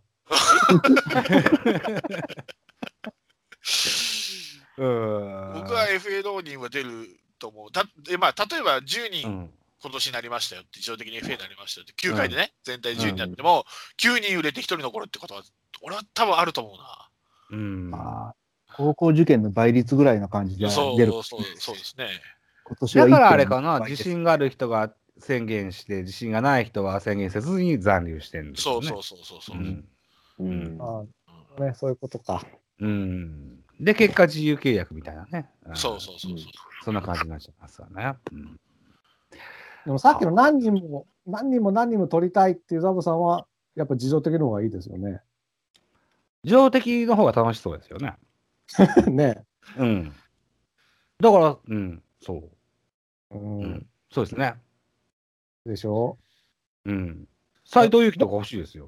僕は FA 浪人は出ると思う。例えば10人今年になりましたよって、自動的に FA になりましたよって、9回でね、全体10人になっても、9人売れて1人残るってことは、俺は多分あると思うな。 高校受験の倍率ぐらいの感じで出る。 そうですね。 今年はだからあれかな、自信がある人が宣言して、自信がない人は宣言せずに残留してるんですよね。 そう。 そういうことか。 で、結果自由契約みたいなね。 そう。 そんな感じになっちゃいますよね。 でもさっきの何人も取りたいっていうザボさんは、やっぱ自動的の方がいいですよね。 自動的の方が楽しそうですよね。 ね。 だから、そう。そうですね。 でしょ？ 斎藤佑樹とか欲しいですよ。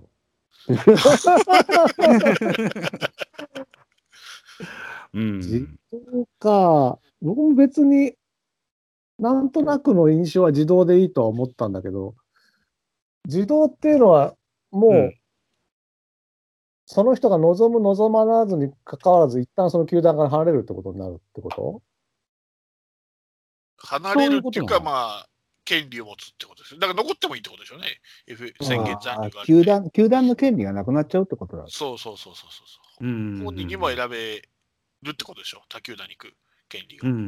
自動か。僕も別になんとなくの印象は自動でいいとは思ったんだけど、自動っていうのはもう、その人が望む望まらずに関わらず、一旦その球団から離れるってことになるってこと？ 離れるっていうか、まあ、権利を持つってことですよ。だから残ってもいいってことでしょうね。宣言残留がある。球団の権利がなくなっちゃうってことだ。 そう。本人にも選べるってことでしょ。他球団に行く権利が。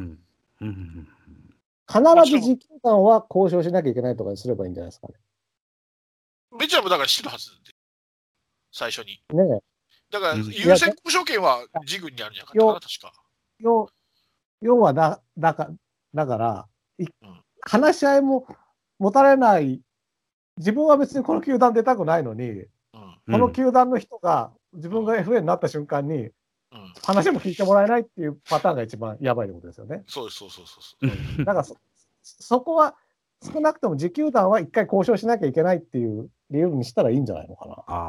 必ず自球団は交渉しなきゃいけないとかにすればいいんじゃないですかね。 メジャーもだからしてるはずで、最初に。 ね。 だから、優先交渉権は自軍にあるんじゃないかな、確か。 要はだから、話し合いも持たれない、自分は別にこの球団出たくないのに、この球団の人が自分が FA になった瞬間に、話も聞いてもらえないっていうパターンが一番やばいってことですよね。 そう。 だからそこは少なくとも自球団は一回交渉しなきゃいけないっていう理由にしたらいいんじゃないのか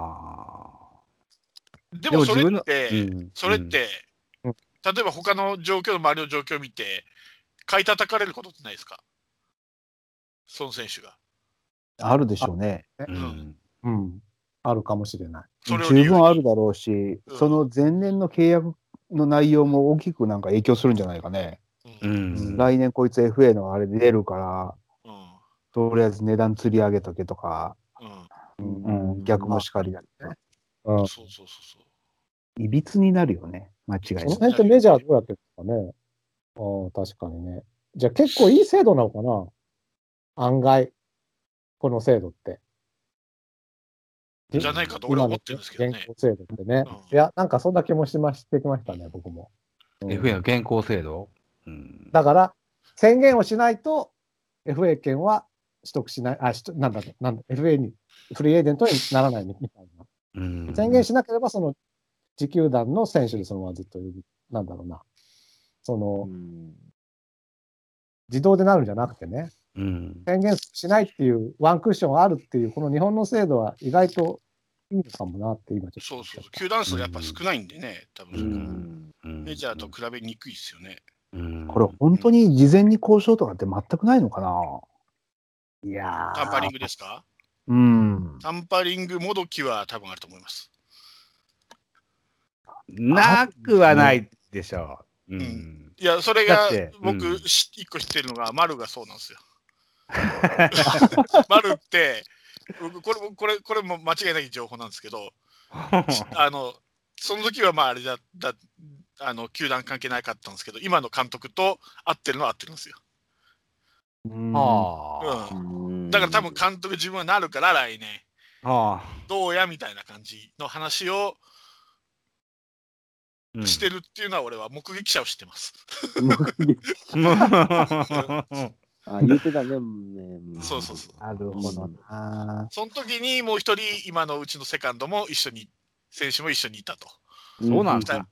な。でもそれって、例えば他の状況の周りの状況を見て、買い叩かれることってないですか？その選手が。 あるでしょうね。 あるかもしれない。 十分あるだろうし、その前年の契約の内容も大きくなんか影響するんじゃないかね。来年こいつ FA のあれで出るから、とりあえず値段釣り上げとけとか、逆もしかりだね。いびつになるよね、間違いなく。 その辺ってメジャーどうやってるんですかね。確かにね。じゃあ結構いい制度なのかな、案外、この制度って。 じゃないかと俺は思ってるんですけどね。 現行制度ってね。いや、なんかそんな気もしてきましたね、僕も。 FA の現行制度？ だから、宣言をしないと、FA 権は取得しない、FA に、フリーエージェントにならないみたいな。宣言しなければ、その、自球団の選手でそのままずっとなんだろうな。自動でなるんじゃなくてね。宣言しないっていうワンクッションがあるっていう、この日本の制度は意外といいのかもなって今ちょっと。 そう。球団数やっぱ少ないんでね、多分メジャーと比べにくいですよね。 これ本当に事前に交渉とかって全くないのかな。 いやタンパリングですか？ タンパリングもどきは多分あると思います。 なくはないでしょう。 いや、それが僕、一個知ってるのが、丸がそうなんですよ。丸って、これも間違いない情報なんですけど、その時はまああれ球団関係なかったんですけど、今の監督と合ってるのは合ってるんですよ。だから多分監督自分はなるから来年どうやみたいな感じの話をしてるっていうのは俺は目撃者を知ってます。 言ってたね。 そう。 なるほどな。 その時にもう一人今のうちのセカンドも一緒に選手も一緒にいたと。 そうなんだ。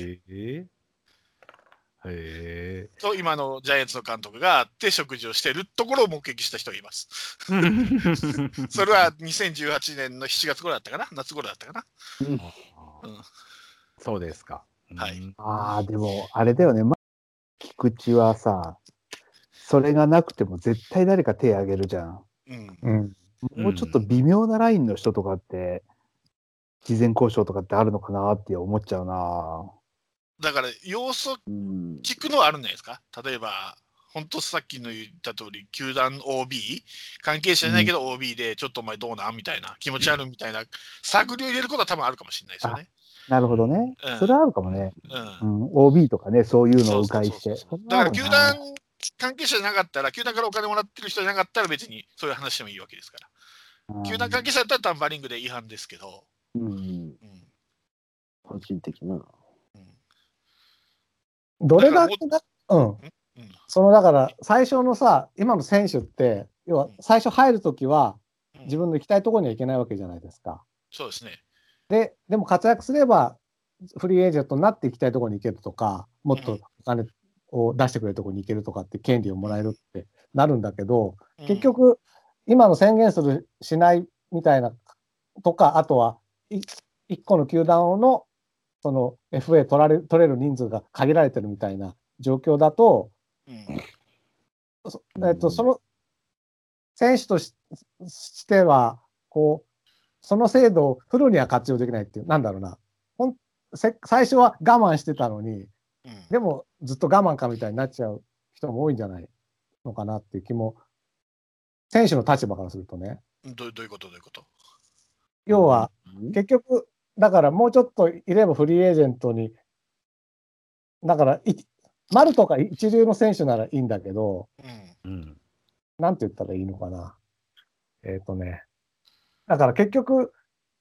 と今のジャイアンツの監督があって食事をしているところを目撃した人がいます。それは2018年の7月頃だったかな、夏頃だったかな。 そうですか。 はい。 でもあれだよね。菊池はさ、それがなくても絶対誰か手挙げるじゃん。もうちょっと微妙なラインの人とかって、事前交渉とかってあるのかなって思っちゃうな。 だから要素聞くのはあるんじゃないですか。例えば本当さっきの言った通り球団 OB 関係者じゃないけど OB でちょっとお前どうなんみたいな気持ちあるみたいな探りを入れることは多分あるかもしれないですよね。 なるほどね。それはあるかもね。OB とかね、そういうのを迂回して。 だから球団関係者じゃなかったら、球団からお金もらってる人じゃなかったら別にそういう話でもいいわけですから。球団関係者だったらタンパリングで違反ですけど。 個人的な。 どれだけだから最初のさ、今の選手って、要は最初入るときは、自分の行きたいところには行けないわけじゃないですか。 そうですね。 でも活躍すれば、フリーエージェントになって行きたいところに行けるとか、もっとお金を出してくれるところに行けるとかって権利をもらえるってなるんだけど、結局、今の宣言するしないみたいなとか、あとは1個の球団のその FA 取れる人数が限られてるみたいな状況だと、その選手としてはその制度をフルには活用できないっていう、なんだろうな、最初は我慢してたのに、でもずっと我慢かみたいになっちゃう人も多いんじゃないのかなっていう気も、選手の立場からするとね。 どういうこと要は結局だからもうちょっといればフリーエージェントに、だから丸とか一流の選手ならいいんだけど、なんて言ったらいいのかな。だから結局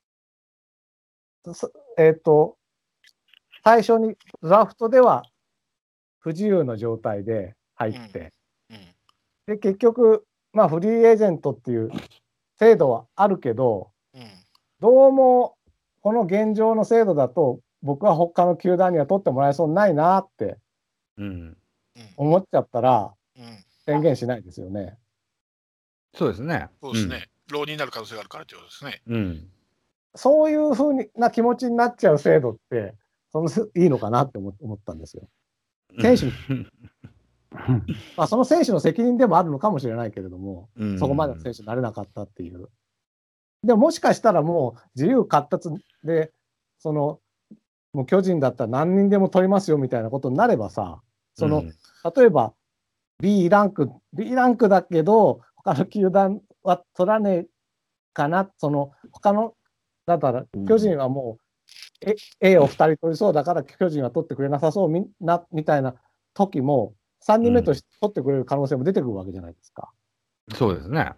最初にドラフトでは不自由な状態で入って、で結局フリーエージェントっていう制度はあるけど、どうもこの現状の制度だと僕は他の球団には取ってもらえそうにないなって思っちゃったら宣言しないですよね。 そうですね。 そうですね。浪人になる可能性があるからということですね。 そういうふうな気持ちになっちゃう制度っていいのかなって思ったんですよ。選手その選手の責任でもあるのかもしれないけれども、そこまでの選手になれなかったっていう。でももしかしたらもう自由闊達でもう巨人だったら何人でも取りますよみたいなことになればさ、例えば B ランクだけど他の球団は取らねえかな、他のだったら巨人はもう A を2人取りそうだから巨人は取ってくれなさそうみたいな時も3人目として取ってくれる可能性も出てくるわけじゃないですか。 そうですね。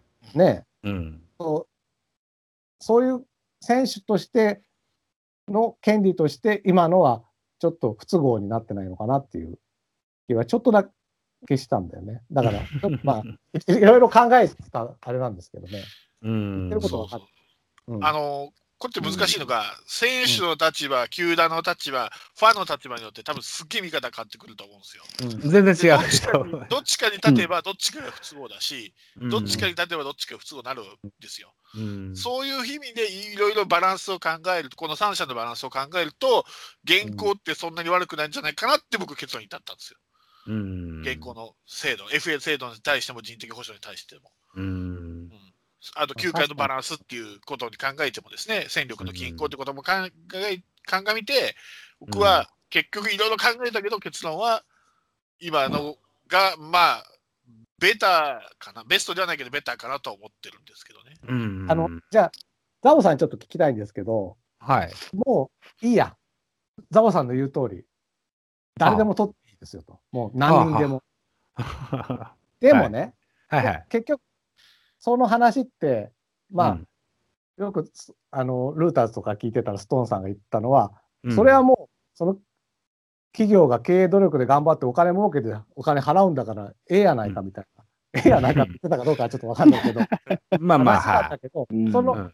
そういう選手としての権利として今のはちょっと不都合になってないのかなっていう気はちょっとだけしたんだよね。だからちょっといろいろ考えたあれなんですけどね。言ってること分かる。 これって難しいのが、選手の立場、球団の立場、ファンの立場によって多分すっげえ見方変わってくると思うんですよ。 全然違う。 どっちかに立てばどっちかが不都合だし、どっちかに立てばどっちかが不都合になるんですよ。そういう意味でいろいろバランスを考えると、この3者のバランスを考えると、現行ってそんなに悪くないんじゃないかなって僕結論に至ったんですよ。現行の制度、FA 制度に対しても人的保障に対しても。 あと球界のバランスっていうことに考えてもですね、戦力の均衡ってことも鑑みて、僕は結局いろいろ考えたけど、結論は今のがまあベターかな、ベストではないけどベターかなと思ってるんですけどね。 じゃあザボさんにちょっと聞きたいんですけど、 はい、 もういいや、ザボさんの言う通り、誰でも取っていいですよと、もう何人でも。でもね、 はいはい、 結局、その話って、まあ、よくルーターズとか聞いてたら、ストーンさんが言ったのは、それはもう、その企業が経営努力で頑張ってお金儲けてお金払うんだから、ええやないかみたいな。ええやないかって言ってたかどうかはちょっと分かんないけど、 まあまあ、 話だったけど、その、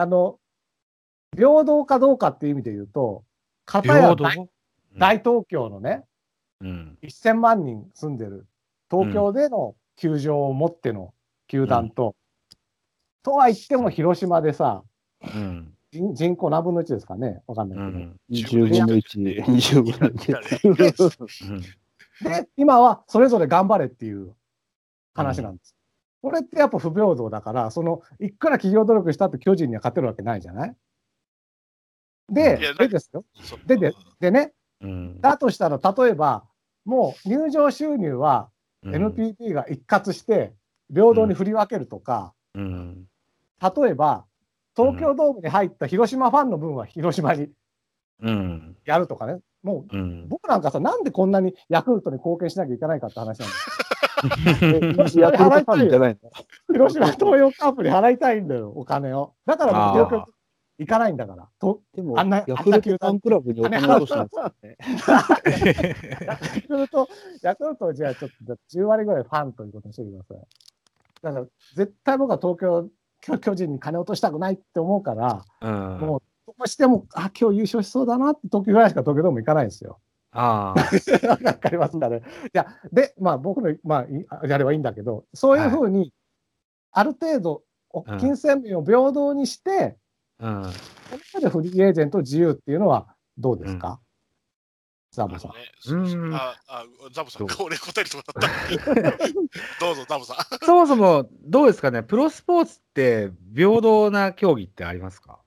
平等かどうかっていう意味で言うと、片や大東京のね、1000万人住んでる東京での球場を持っての球団と、とは言っても広島でさ、人口何分の1ですかね、わかんないけど。 20分の1。20分の1。 で、今はそれぞれ頑張れっていう話なんです。これってやっぱ不平等だから、いくら企業努力したって巨人には勝てるわけないじゃないでですよ。でね、だとしたら、例えば、もう入場収入は NPB が一括して平等に振り分けるとか、例えば、東京ドームに入った広島ファンの分は広島にやるとかね、もう、僕なんかさ、なんでこんなにヤクルトに貢献しなきゃいけないかって話なんです。 ヤクルトファンじゃないの？ 広島東洋カープに払いたいんだよ、お金を。だから僕、東京行かないんだから。 でも、ヤクルトファンクラブにお金落としたんですね。 ヤクルトじゃあちょっと10割ぐらいファンということにしてください。だから、絶対僕は東京、巨人に金落としたくないって思うから、もう、どうしても、今日優勝しそうだなって時ぐらいしか東京ドーム行かないんですよ。わかりますかね。で、まあ僕の、まあ、やればいいんだけど、そういうふうに、ある程度、金銭面を平等にして、その中でフリーエージェント自由っていうのはどうですか、ザボさん。 ザボさんが俺答えるとこだった。どうぞ、ザボさん。 そもそも、どうですかね、プロスポーツって平等な競技ってありますか？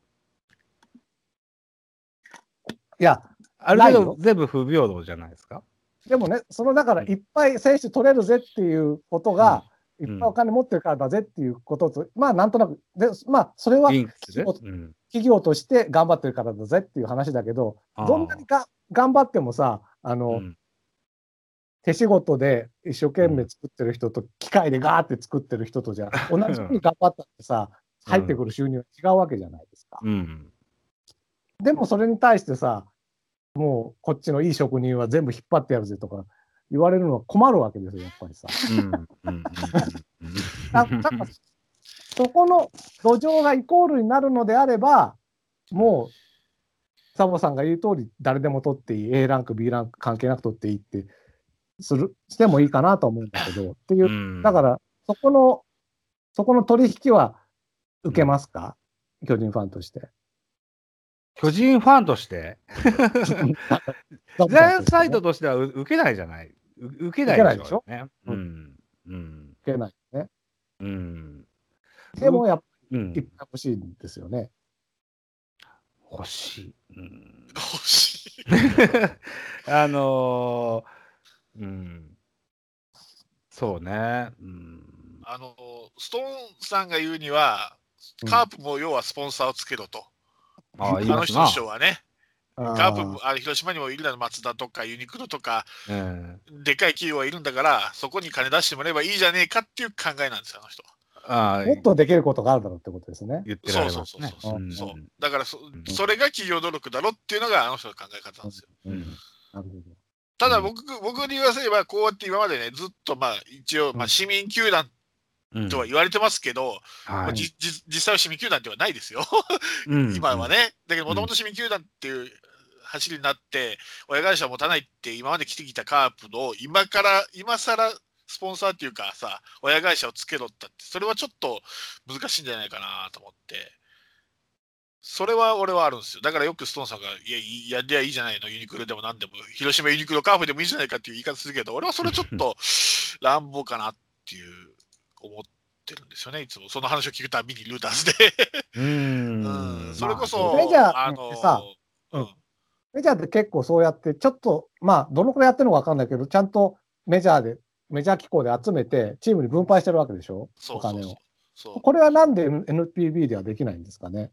いや、 ある程度全部不平等じゃないですか？ でもね、だからいっぱい選手取れるぜっていうことが、いっぱいお金持ってるからだぜっていうことと、まあなんとなく、でまあそれは企業として頑張ってるからだぜっていう話だけど、どんなにか頑張ってもさ、手仕事で一生懸命作ってる人と、機械でガーって作ってる人とじゃ、同じように頑張ったってさ、入ってくる収入は違うわけじゃないですか。でもそれに対してさ、もうこっちのいい職人は全部引っ張ってやるぜとか言われるのは困るわけですよ、やっぱりさ。そこの土壌がイコールになるのであれば、もう、サボさんが言う通り、誰でも取っていい、A ランク、B ランク関係なく取っていいってしてもいいかなと思うんだけど、っていう、だから、そこの取引は受けますか、巨人ファンとして。 巨人ファンとしてジャイアンツサイドとしては受けないじゃない。受けないでしょ。受けないね。でもやっぱりいっぱい欲しいんですよね。 欲しい。 欲しい。 そうね。 ストーンさんが言うには、カープも要はスポンサーをつけろと。あの人の師匠はね。カープも広島にもいるだろ、マツダとかユニクロとか、でかい企業がいるんだから、そこに金出してもらえばいいじゃねえかっていう考えなんですよ、あの人は。 もっとできることがあるだろうってことですね。 言ってられますね。 そう。だからそれが企業努力だろっていうのがあの人の考え方なんですよ。 なるほど。 ただ僕に言わせれば、こうやって今までね、ずっと一応市民球団とは言われてますけど、実際は市民球団ではないですよ。今はね。だけどもともと市民球団っていう走りになって、親会社を持たないって今まで来てきたカープの今更スポンサーっていうかさ、親会社をつけろったって、それはちょっと難しいんじゃないかなと思って、それは俺はあるんですよ。だからよくストーンさんが、やりゃいいじゃないの、ユニクロでも何でも、広島ユニクロカープでもいいじゃないかっていう言い方するけど、俺はそれちょっと乱暴かなっていう思っってるんですよね、いつも。その話を聞くたびにルーターズで。それこそ、 メジャーってさ、メジャーって結構そうやって、ちょっと、まあ、どのくらいやってるのか分かんないけど、ちゃんとメジャー機構で集めて、チームに分配してるわけでしょ、お金を。これはなんで NPB ではできないんですかね。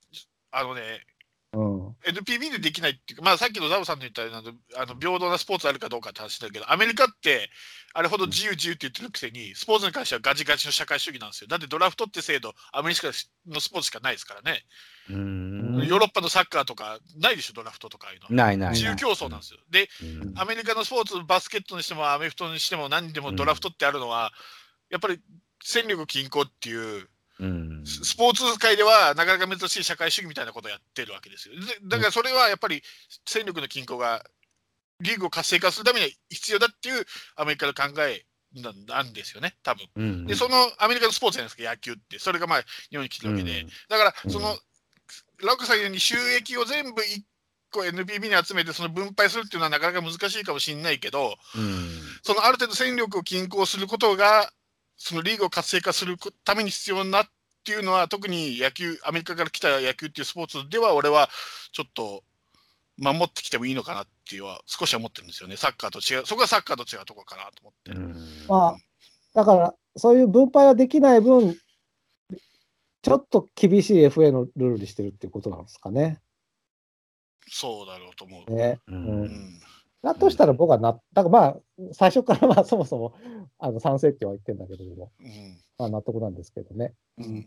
NPB でできないっていうか、まあ、さっきのザブさんの言ったような平等なスポーツあるかどうかって話だけど、アメリカってあれほど自由自由って言ってるくせに、スポーツに関してはガチガチの社会主義なんですよ。だってドラフトって制度、アメリカのスポーツしかないですからね。ヨーロッパのサッカーとかないでしょ、ドラフトとかいうの。 ない。 自由競争なんですよ。で、アメリカのスポーツ、バスケットにしてもアメフトにしても何にでもドラフトってあるのは、やっぱり戦力均衡っていう、スポーツ界ではなかなか珍しい社会主義みたいなことをやってるわけですよ。だからそれはやっぱり戦力の均衡がリーグを活性化するためには必要だっていうアメリカの考えなんですよね、多分。で、そのアメリカのスポーツじゃないですか、野球って。それがまあ日本に来てるわけで。だから、その、ラウカさん言うように収益を全部1個 NPB に集めてその分配するっていうのはなかなか難しいかもしれないけど、そのある程度戦力を均衡することが、そのリーグを活性化するために必要なっていうのは、特にアメリカから来た野球っていうスポーツでは、俺はちょっと守ってきてもいいのかなっていうのは少しは思ってるんですよね。サッカーと違う、そこはサッカーと違うところかなと思って。 まあ、だから、そういう分配はできない分、ちょっと厳しい FA のルールにしてるっていうことなんですかね。 そうだろうと思う。 ね。だとしたら僕はだからまあ、最初からまあそもそも賛成っては言ってるんだけども、まあ納得なんですけどね。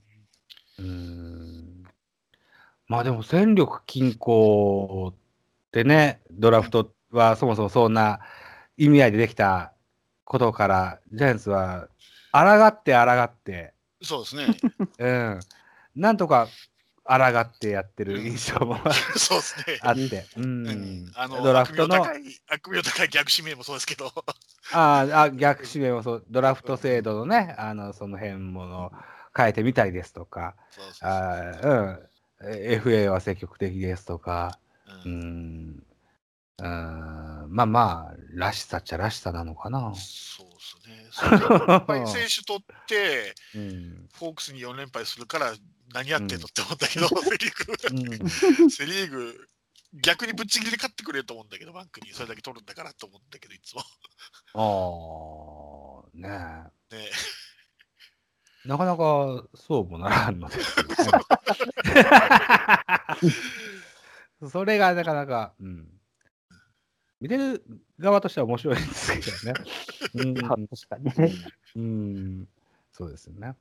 まあでも戦力均衡ってね、ドラフトはそもそもそんな意味合いでできたことから、ジャイアンツは抗って、 そうですね。 なんとか抗ってやってる印象もそうですね。 あって、 ドラフトの悪名高い逆指名もそうですけど、 逆指名もそう、ドラフト制度のね、その辺も変えてみたりですとか、FA は積極的ですとか、まあ、らしさっちゃらしさなのかな。 そうですね。いっぱい選手取って、フォークスに4連敗するから何やってんのって思ったけど、セ・リーグ、逆にぶっちぎりで勝ってくれると思うんだけど、バンクにそれだけ取るんだからと思うんだけど、いつも。 ねえ。なかなかそうもならんのですよね。それがなかなか、見てる側としては面白いんですけどね。 確かにね。 そうですよね。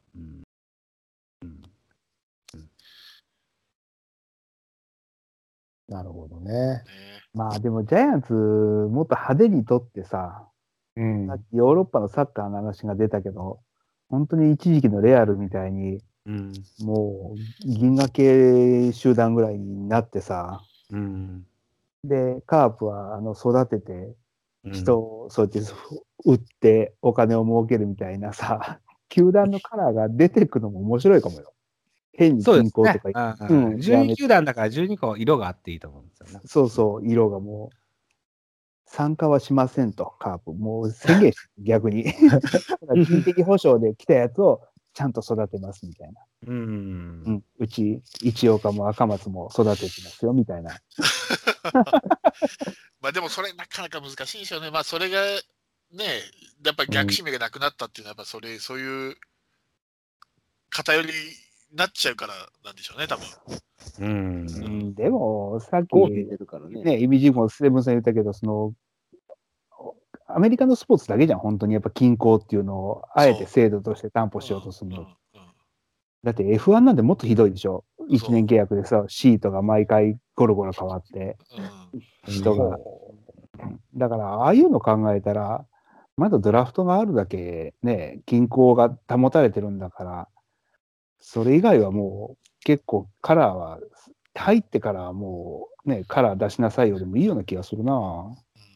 なるほどね。 まあでもジャイアンツもっと派手に取ってさ、さっきヨーロッパのサッカーの話が出たけど、本当に一時期のレアルみたいに、もう銀河系集団ぐらいになってさ、で、カープは育てて、人をそうやって売ってお金を儲けるみたいなさ、球団のカラーが出てくのも面白いかもよ。変に均衡とか。 12球団だから12個色があっていいと思うんですよね。 そうそう、色がもう、参加はしませんと、カープ。もう宣言して、逆に。人的保障で来たやつをちゃんと育てますみたいな。うち、一岡も赤松も育ててますよみたいな。 まあでもそれなかなか難しいですよね。まあそれがね、やっぱり逆指名がなくなったっていうのは、やっぱそういう偏りになっちゃうからなんでしょうね、多分。 でも、さっき、イミジもセブンさん言ったけど、アメリカのスポーツだけじゃん、本当にやっぱ均衡っていうのを、あえて制度として担保しようとするの。だって F1 なんてもっとひどいでしょ。1年契約でさ、シートが毎回ゴロゴロ変わって、人が。だから、ああいうの考えたら、まだドラフトがあるだけね、均衡が保たれてるんだから、それ以外はもう結構カラーは、入ってからはもうね、カラー出しなさいよでもいいような気がするな。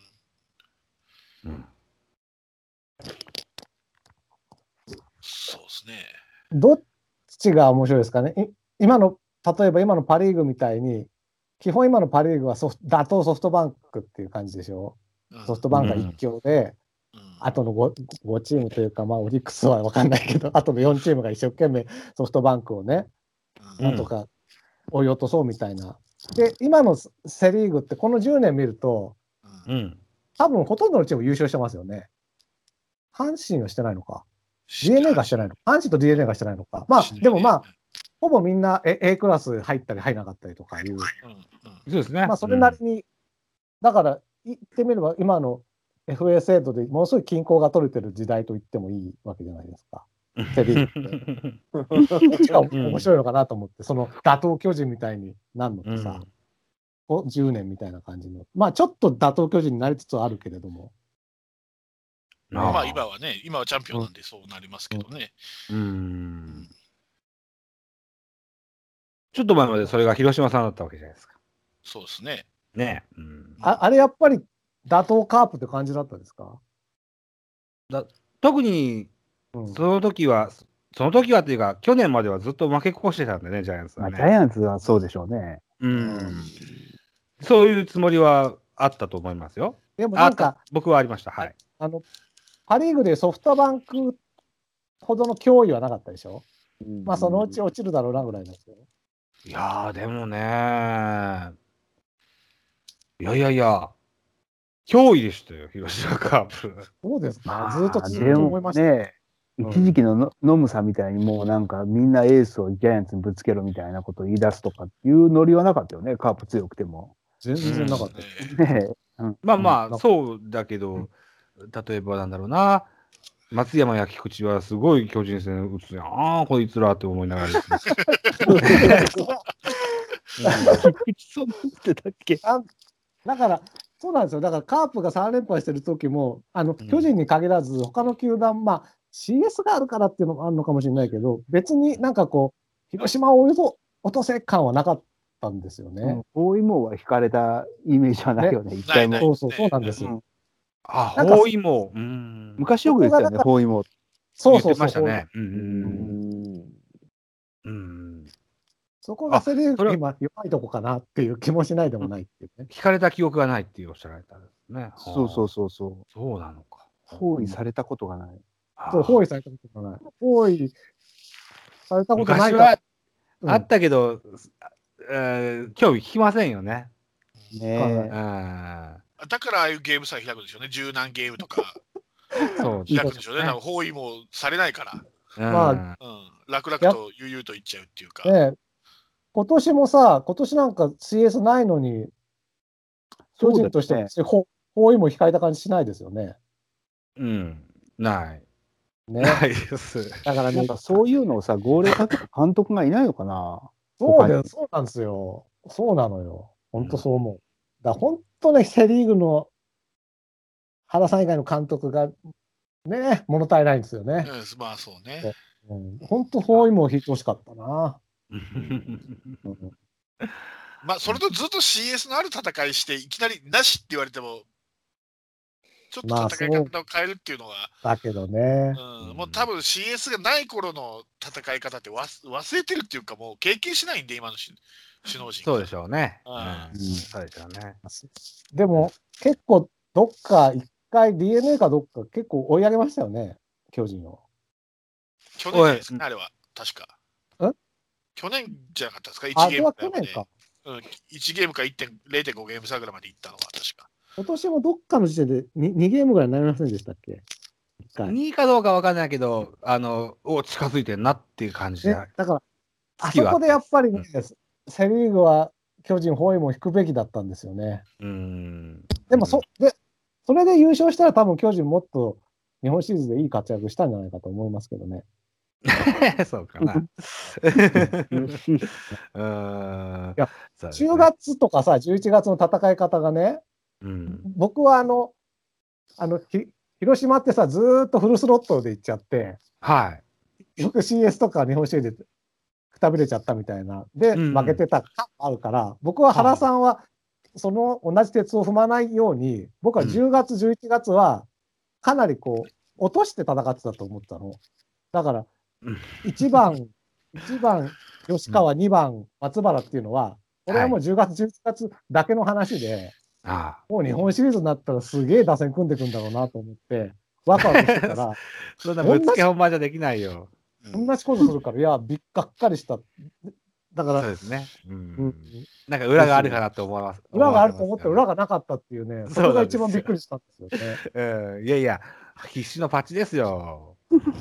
そうですね。 どっちが面白いですかね。例えば今のパ・リーグみたいに、基本今のパ・リーグは打倒ソフトバンクっていう感じでしょ。ソフトバンクが一強で、 後の 5チームというか、まあ、オリックスは分かんないけど、後の4チームが一生懸命ソフトバンクをね、なんとか追い落とそうみたいな。で、今のセ・リーグってこの10年見ると、多分ほとんどのチーム優勝してますよね。阪神はしてないのか。DNA がしてないのか。阪神と DNA がしてないのか。まあ、でもまあ、ほぼみんな A クラス入ったり入らなかったりとかいう。 そうですね。 まあ、それなりに、だから言ってみれば、今の FA 制度でものすごい均衡が取れてる時代と言ってもいいわけじゃないですか。セ・リーグって。どっちが面白いのかなと思って、その打倒巨人みたいになるのとさ、10年みたいな感じの。まあ、ちょっと打倒巨人になりつつあるけれども。 まあ今はね、今はチャンピオンなんでそうなりますけどね。 ちょっと前までそれが広島さんだったわけじゃないですか。 そうですね。 ねえ。 あれやっぱり打倒カープって感じだったですか？ 特にその時はというか、去年まではずっと負け越してたんでね、ジャイアンツはね。 ジャイアンツはそうでしょうね。 そういうつもりはあったと思いますよ。 でもなんか、 僕はありました。はい。 パ・リーグでソフトバンクほどの脅威はなかったでしょ。まあ、そのうち落ちるだろうなぐらいなんですよ。 いやー、でもねいや、脅威でしたよ、広島カープ。 そうですか。ずっと続くと思いましたね。 一時期のノムさんみたいにもうなんかみんなエースをジャイアンツにぶつけろみたいなことを言い出すとかっていうノリはなかったよね、カープ強くても。 全然なかったですね。 まあ、そうだけど、例えばなんだろうな、松山や菊池はすごい巨人戦打つやん。ああ、こいつらって思いながらですね。 そう思ってたっけ？ だから、そうなんですよ。だからカープが3連敗してる時も、巨人に限らず、他の球団、まあ、CS があるからっていうのもあるのかもしれないけど、別になんかこう、広島を落とせ感はなかったんですよね。 包囲網は引かれたイメージはないよね、一回も。 そうなんですよ。 包囲網。 昔よく言ってたよね、包囲網。 そう言ってましたね。 そこがセ・リーグ今弱いとこかなっていう気もしないでもないっていうね。 引かれた記憶がないっておっしゃられたんですね。 そう。 そうなのか。 包囲されたことがない。 そう、包囲されたことがない。包囲されたことないから。あったけど、興味聞きませんよね。 ねだからああいうゲームさえ開くんでしょうね。柔軟ゲームとか。 そう開くんでしょうね。なんか包囲もされないから。 まあ、 楽々と悠々といっちゃうっていうか。 今年なんか CS ないのに、巨人として包囲も控えた感じしないですよね。 ない。 ないです。だからなんかそういうのをさ、号令かける監督がいないのかな。 そうなんですよ。そうなのよ。本当そう思う。だから本当ね、セ・リーグの原さん以外の監督がね、物足りないんですよね。 まあそうね。 本当包囲も引いてほしかったな。 まあそれとずっと CS のある戦いしていきなりなしって言われてもちょっと戦い方を変えるっていうのが、 だけどね、 もう多分 CS がない頃の戦い方って忘れてるっていうかもう経験しないんで今の首脳陣。 そうでしょうね。そうでしょうね。 でも結構どっか一回 DNA かどっか結構追い上げましたよね、巨人を。 去年ですね、あれは確か。去年じゃなかったですか、1ゲーム去年か。 1ゲームか 0.5 ゲーム差ぐらいまでいったのは確か。 今年もどっかの時点で 2ゲームぐらいになりませんでしたっけ ？2位かどうか分かんないけど、近づいてるなっていう感じで。 だから、あそこでやっぱりね、セ・リーグは巨人、包囲も引くべきだったんですよね。でもそれで優勝したら多分巨人もっと日本シリーズでいい活躍したんじゃないかと思いますけどね。 そうかな。 いや、10月とかさ、11月の戦い方がね、僕は広島ってさ、ずーっとフルスロットルで行っちゃって、よく CS とか日本シリーズでくたびれちゃったみたいな、で、負けてた感あるから、僕は原さんは、その同じ鉄を踏まないように、僕は10月、11月は、かなりこう、落として戦ってたと思ったの。だから、1番、吉川、2番、松原っていうのは、これはもう10月、11月だけの話で、もう日本シリーズになったらすげえ打線組んでくんだろうなと思って、 ワクワクしてたら、 そんなぶっつけ本番じゃできないよ。 同じことするから、いや、がっかりした。だから、 そうですね。なんか裏があるかなって思います。 裏があると思って裏がなかったっていうね、それが一番びっくりしたんですよね。いやいや、必死のパッチですよ。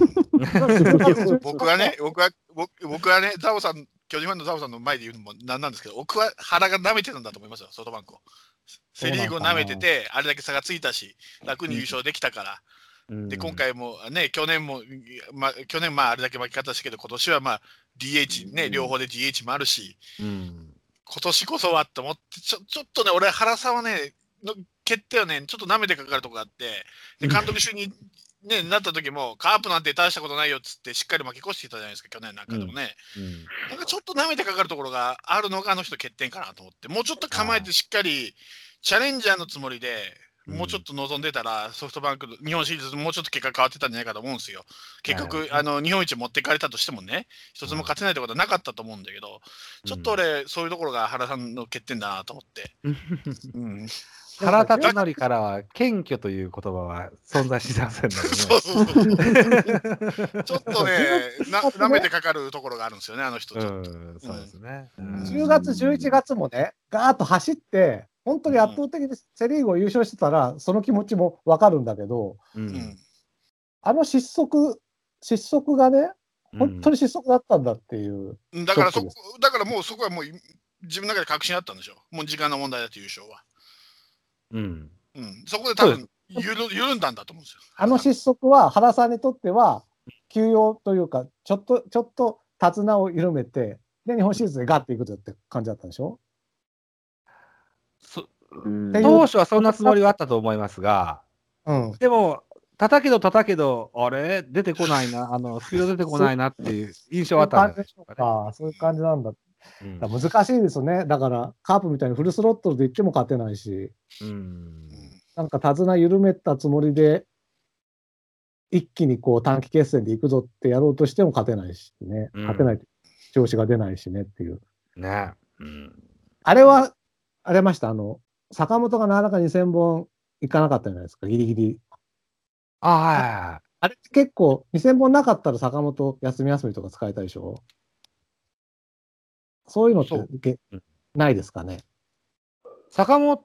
僕はね、ザオさん、巨人ファンのザオさんの前で言うのもなんなんですけど、僕は原が舐めてるんだと思いますよ、ソフトバンクを。セ・リーグを舐めてて、あれだけ差がついたし、楽に優勝できたから。で今回もね、去年あれだけ負け方したけど、今年はDH ね、両方で DH もあるし、今年こそはと思って、ちょっとね、俺、原さんはね、の決定をね、ちょっと舐めてかかるとこがあって、で監督就任、ね、なった時も、カープなんて大したことないよっつって、しっかり負け越してたじゃないですか、去年なんかでもね。なんかちょっと舐めてかかるところがあるのが、あの人、欠点かなと思って、もうちょっと構えてしっかり、チャレンジャーのつもりで、もうちょっと望んでたら、ソフトバンクの日本シリーズもうちょっと結果変わってたんじゃないかと思うんですよ。結局、日本一持っていかれたとしてもね、一つも勝てないってことはなかったと思うんだけど、ちょっと俺、そういうところが原さんの欠点だなと思って。 原辰徳からは、謙虚という言葉は存在しませんのでね。 そう。ちょっとね、舐めてかかるところがあるんですよね、あの人。そうですね。 10月、11月もね、ガーッと走って、本当に圧倒的にセ・リーグを優勝してたら、その気持ちも分かるんだけど、あの失速がね、本当に失速だったんだっていう。 だからもうそこはもう自分の中で確信あったんでしょ。もう時間の問題だと優勝は。そこで多分緩んだんだと思うんですよ。 あの失速は原さんにとっては休養というか、ちょっと手綱を緩めて、で日本シリーズでガッていくって感じだったんでしょ。 当初はそんなつもりはあったと思いますが、でも叩けどあれ出てこないな、スピード出てこないなっていう印象はあったんですか。そういう感じなんだ。難しいですよね。だからカープみたいにフルスロットルでいっても勝てないし、なんか手綱緩めたつもりで一気にこう短期決戦でいくぞってやろうとしても勝てないしね、勝てない調子が出ないしねっていう。あれはありました。坂本がなかなか2000本いかなかったじゃないですか、ギリギリ。あれ結構2000本なかったら坂本休みとか使えたでしょ。そういうのってないですかね。 坂本、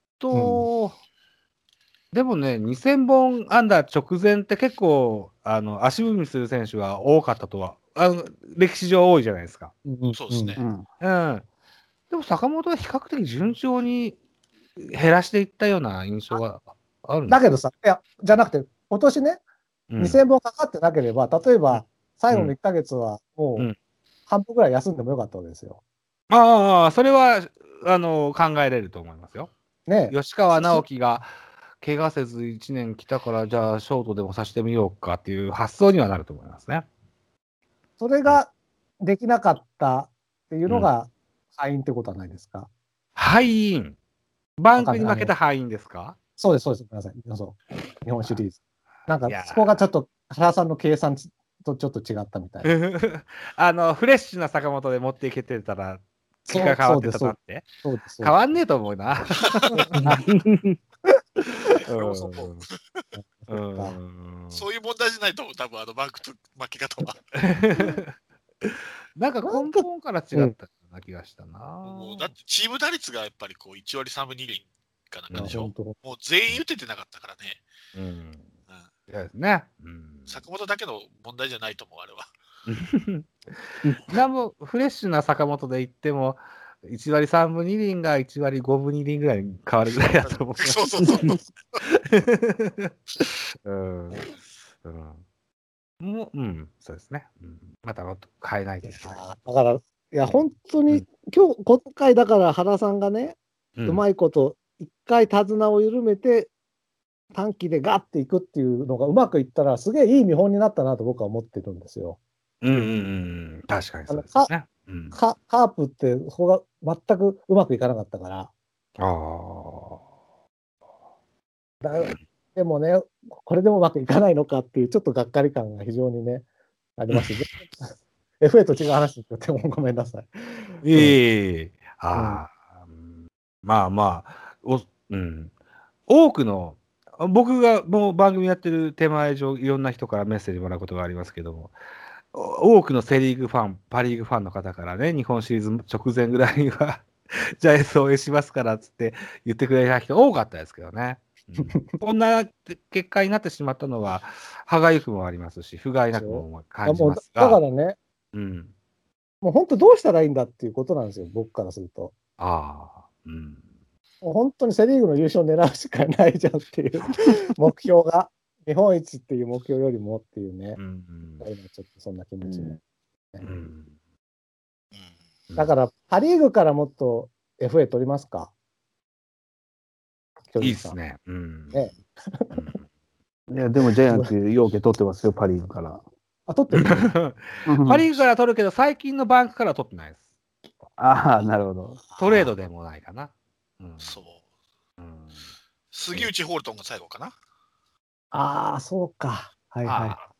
でもね、2000本安打直前って結構足踏みする選手が多かったとは、歴史上多いじゃないですか。 そうですね。 でも坂本は比較的順調に減らしていったような印象があるんですだけどさ、じゃなくて、今年ね、2000本かかってなければ、例えば最後の1ヶ月はもう半分ぐらい休んでもよかったわけですよ。 それは考えれると思いますよ。吉川尚輝が怪我せず1年来たから、じゃあショートでもさせてみようかっていう発想にはなると思いますね。 それができなかったっていうのが敗因ってことはないですか。 敗因、バンクに負けた敗因ですか。 そうです。ごめんなさい。日本シリーズ。なんかそこがちょっと原さんの計算とちょっと違ったみたいな。フレッシュな坂本で持っていけてたら気が変わってたなって。変わんねえと思うな。 そういう問題じゃないと思う、多分バンクと負け方は。 なんか根本から違ったような気がしたな。 もうだってチーム打率がやっぱりこう1割3分2厘かなんかでしょ。もう全員打ててなかったからね。 ですね。 坂本だけの問題じゃないと思う、あれは。 なんもフレッシュな坂本で言っても、1割3分2厘が1割5分2厘ぐらいに変わるぐらいだと思う。 そう。 そうですね。また変えないです。 だから、いや、本当に、今回だから原さんがね、うまいこと、一回手綱を緩めて、短期でガッていくっていうのがうまくいったら、すげえいい見本になったなと僕は思ってるんですよ。 確かにそうですね。 カープってそこが全くうまくいかなかったから。でもね、これでもうまくいかないのかっていうちょっとがっかり感が非常にね、ありますね。FA と違う話って言ってもごめんなさい。 多くの僕がもう番組やってる手前上、いろんな人からメッセージもらうことがありますけども、多くのセ・リーグファン、パ・リーグファンの方からね、日本シリーズ直前ぐらいには、ジャイアンツ応援しますからっつって言ってくれた人多かったですけどね。こんな結果になってしまったのは、歯がゆくもありますし、不甲斐なくも感じますが。 だからね、もう本当どうしたらいいんだっていうことなんですよ、僕からすると。もう本当にセ・リーグの優勝を狙うしかないじゃんっていう目標が、日本一っていう目標よりもっていうね、今ちょっとそんな気持ちね。だから、パ・リーグからもっと FA 取りますか？ いいですね。 ねいや、でもジャイアンツ、要件取ってますよ、パ・リーグから。 取ってるパ・リーグから取るけど、最近のバンクから取ってないです。 ああ、なるほど。 トレードでもないかな。 そう。杉内ホールトンが最後かな。 ああ、そうか。はいはい。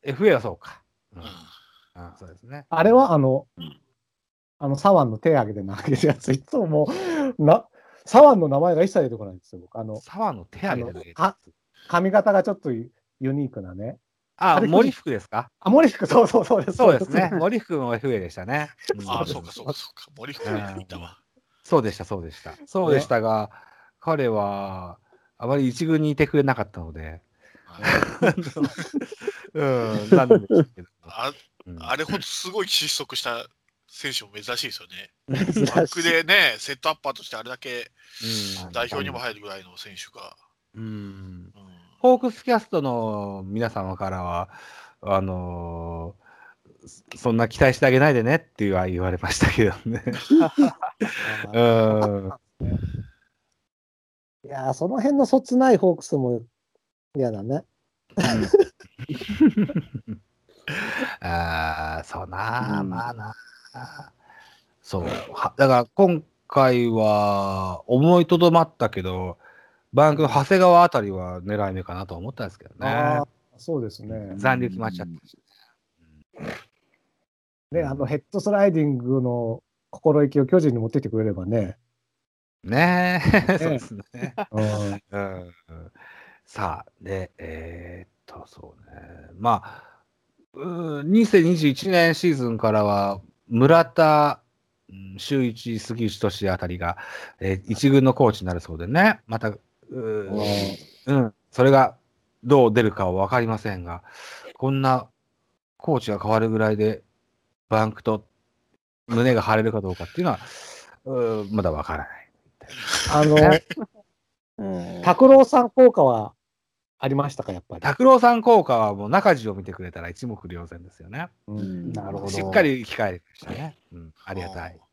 FA はそうか。そうですね。 あれは左腕の手挙げて投げるやつ、いつももう、左腕の名前が一切出てこないんですよ、僕。 左腕の手挙げて投げるやつ。 髪型がちょっとユニークなね。 森福ですか？ 森福、そうです。 そうですね。森福も FA でしたね。 そうか。森福がいたわ。 そうでした。そうでしたが、彼はあまり一軍にいてくれなかったので、残念ですけど。 あれほどすごい失速した選手も珍しいですよね。バックでね、セットアッパーとしてあれだけ代表にも入るぐらいの選手が。 ホークスキャストの皆様からは、そんな期待してあげないでねって言われましたけどね。 いやー、その辺のそつないホークスも嫌だね。 そうな、まあな。そう。だから今回は思いとどまったけど、バンクの長谷川あたりは狙い目かなと思ったんですけどね。 そうですね。 残留決まっちゃったし。 ヘッドスライディングの心意気を巨人に持ってきてくれればね。 ねえ、そうですね。さあ、で、そうね。まあ、2021年シーズンからは、村田、周一、杉内俊あたりが、一軍のコーチになるそうでね、また、それがどう出るかは分かりませんが、こんなコーチが変わるぐらいで、バンクと胸が張れるかどうかっていうのは、まだ分からない。 拓郎さん効果はありましたか、やっぱり。 拓郎さん効果はもう中地を見てくれたら一目瞭然ですよね。 なるほど。 しっかり生き返りましたね。ありがたい。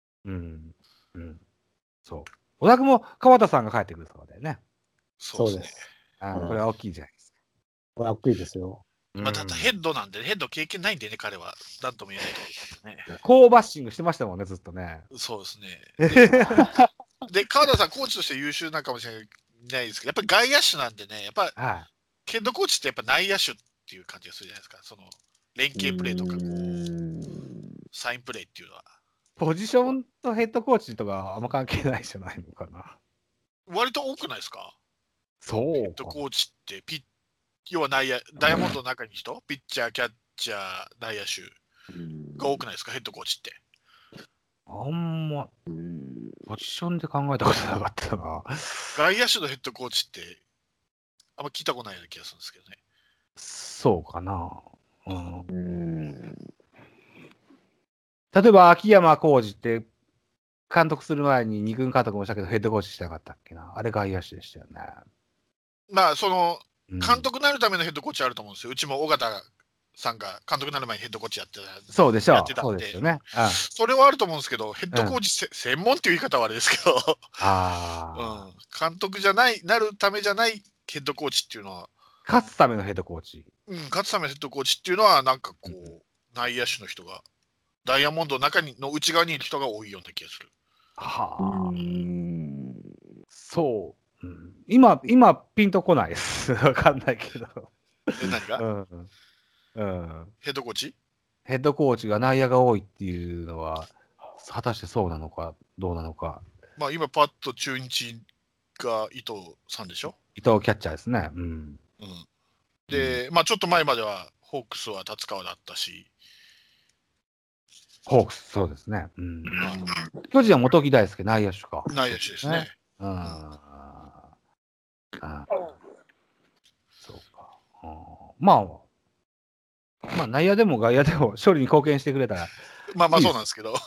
そう。小田君も川田さんが帰ってくるそうだよね。 そうですね。 これは大きいじゃないですか。 これは大きいですよ。 まあ、ただヘッドなんで、ヘッド経験ないんでね、彼は。なんとも言えないと思いますね。 こうバッシングしてましたもんね、ずっとね。 そうですね。で、川田さん、コーチとして優秀なのかもしれないですけど、やっぱり外野手なんでね、やっぱり、ヘッドコーチってやっぱ内野手っていう感じがするじゃないですか。その、連携プレーとか、サインプレーっていうのは。 ポジションとヘッドコーチとかあんま関係ないじゃないのかな。 割と多くないですか？ そう。 ヘッドコーチって要はダイヤモンドの中に人ピッチャー、キャッチャー、内野手が多くないですか、ヘッドコーチって。 あんま、ポジションで考えたことなかったな。 外野手のヘッドコーチって、あんま聞いたことないような気がするんですけどね。 そうかな。例えば、秋山浩二って、監督する前に2軍監督もしたけど、ヘッドコーチしてなかったっけな。あれ外野手でしたよね。 まあ、その、監督になるためのヘッドコーチあると思うんですよ。うちも尾形さんが監督になる前にヘッドコーチやってた。 そうでしょう。 そうですよね。 それはあると思うんですけど、ヘッドコーチ、専門っていう言い方はあれですけど、監督じゃない、なるためじゃないヘッドコーチっていうのは。 勝つためのヘッドコーチ。 勝つためのヘッドコーチっていうのは、なんかこう、内野手の人が、ダイヤモンドの中の内側にいる人が多いような気がする。 そう。今、ピンとこないです。わかんないけど。 何がヘッドコーチ？ ヘッドコーチが内野が多いっていうのは、果たしてそうなのか、どうなのか。 まあ今、パッと中日が伊藤さんでしょ。 伊藤キャッチャーですね。 で、まあちょっと前まではホークスは達川だったし。 ホークス、そうですね。巨人は元木大輔、内野手か。 内野手ですね。 そうか。まあ内野でも外野でも勝利に貢献してくれたら。 まあそうなんですけど。ね。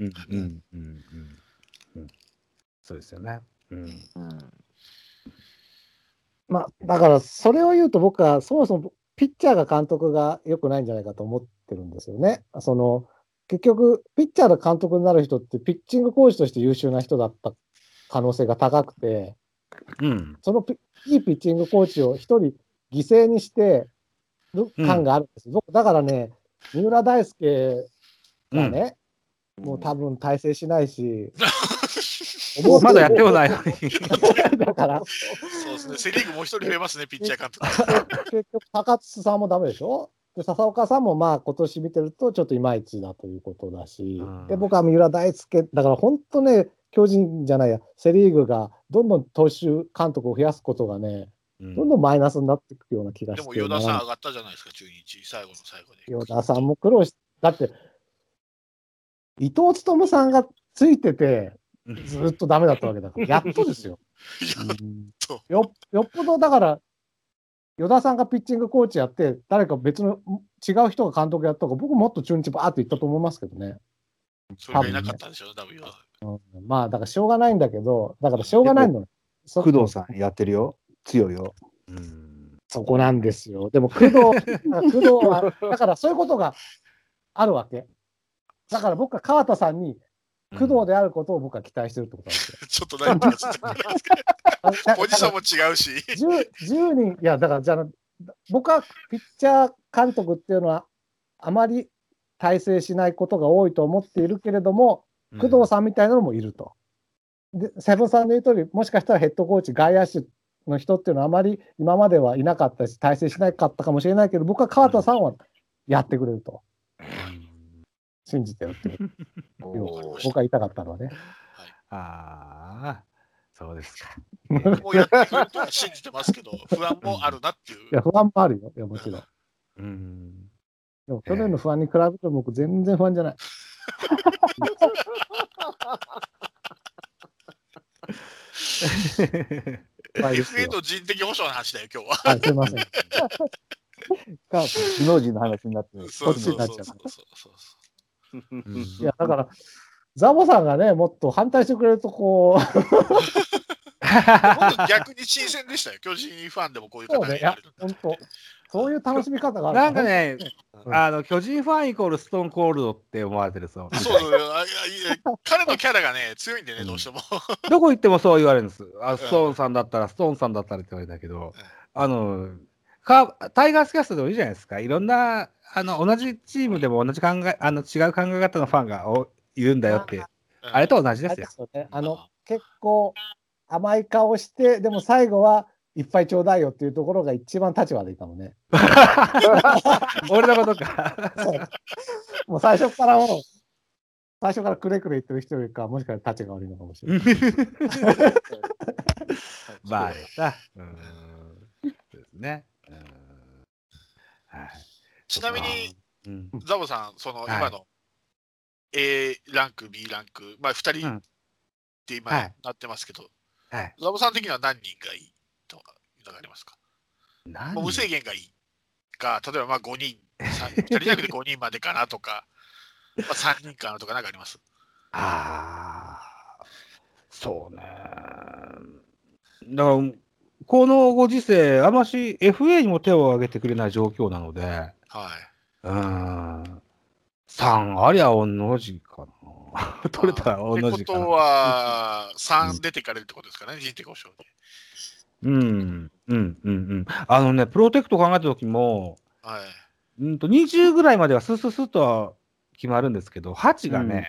そうですよね。 まあだからそれを言うと僕はそもそもピッチャーが監督が良くないんじゃないかと思ってるんですよね。結局ピッチャーの監督になる人ってピッチングコーチとして優秀な人だった可能性が高くて、そのいいピッチングコーチを一人犠牲にしてる感があるんですよ。だからね、三浦大輔がね、もう多分大成しないし、 まだやってもないのに。 だから、 そうですね、セ・リーグもう一人増えますね、ピッチャー監督。 結局、高津さんもダメでしょ。で、笹岡さんもまあ今年見てるとちょっといまいちだということだし、で、僕は三浦大輔、だから本当ね、巨人じゃないや、セ・リーグがどんどん投手監督を増やすことがね、どんどんマイナスになっていくような気がして。 でも、与田さん上がったじゃないですか、中日、最後の最後で。 与田さんも苦労し、だって、伊藤勉さんがついてて、ずっとダメだったわけだから、やっとですよ。よっぽどだから、与田さんがピッチングコーチやって、誰か別の違う人が監督やった方が、僕もっと中日バーッといったと思いますけどね。 それがいなかったんでしょ、多分よ。 まあ、だからしょうがないんだけど、だからしょうがないの。 工藤さんやってるよ。強いよ。 そこなんですよ。でも工藤は、だからそういうことがあるわけ。だから僕は川田さんに、工藤であることを僕は期待してるってことなんですよ。 ちょっと何かポジションも違うし。 10人、いや、だからじゃあ、僕はピッチャー監督っていうのは、あまり大成しないことが多いと思っているけれども、工藤さんみたいなのもいると。で、セブンさんの言う通り、もしかしたらヘッドコーチ、外野手の人っていうのはあまり今まではいなかったし、大成しなかったかもしれないけど、僕は川田さんはやってくれると。信じてるっていう。僕が言いたかったのはね。 ああ、そうですか。 もうやってくれるとは信じてますけど、不安もあるなっていう。 いや、不安もあるよ。いや、もちろん。でも去年の不安に比べると僕全然不安じゃない。 FA の人的保障の話だよ、今日は。 はい、すみません。 首脳陣の話になって、 こっちになっちゃう。 いや、だから、ザボさんがね、もっと反対してくれると、こう。 逆に新鮮でしたよ、巨人ファンでもこういう方がいる。 本当。そういう楽しみ方がある。 なんかね、巨人ファンイコールストーンコールドって思われてるそう。 そう彼のキャラがね、強いんでね、どうしても。 どこ行ってもそう言われるんです。ストーンさんだったら、ストーンさんだったらって言われたけど、タイガースキャストでもいいじゃないですか。いろんな、同じチームでも同じ違う考え方のファンがいるんだよって、あれと同じですよ。 結構甘い顔して、でも最後はいっぱいちょうだいよっていうところが一番立場でいいかもね。 俺のことか。 もう最初からくれくれ言ってる人よりか、もしかしたら立ちが悪いのかもしれない。 まあさ。そうですね。 ちなみに、ザボさん、その今の A ランク、B ランク、まあ2人って今なってますけど、ザボさん的には何人がいいとかいうのがありますか？もう無制限がいいか、例えばまあ5人、2人弱で5人までかなとか、まあ3人かなとか何かあります？ そうね。だから、このご時世、あまし FA にも手を挙げてくれない状況なので、3ありゃ御の字かな。取れたら御の字かな。 ってことは、3出てかれるってことですかね、人的保障で。 プロテクト考えたときも、20ぐらいまではスッとは決まるんですけど、8がね、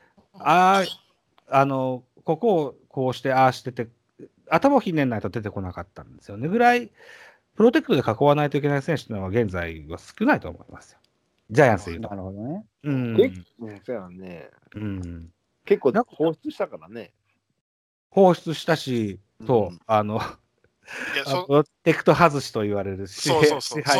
ここをこうして、ああしてて、頭をひねんないと出てこなかったんですよね。ぐらい、プロテクトで囲わないといけない選手というのは現在は少ないと思いますよ。ジャイアンツでいうと。 なるほどね。 そうやね。結構放出したからね。 放出したし、 そう、 いや、 プロテクト外しと言われるし、 そう。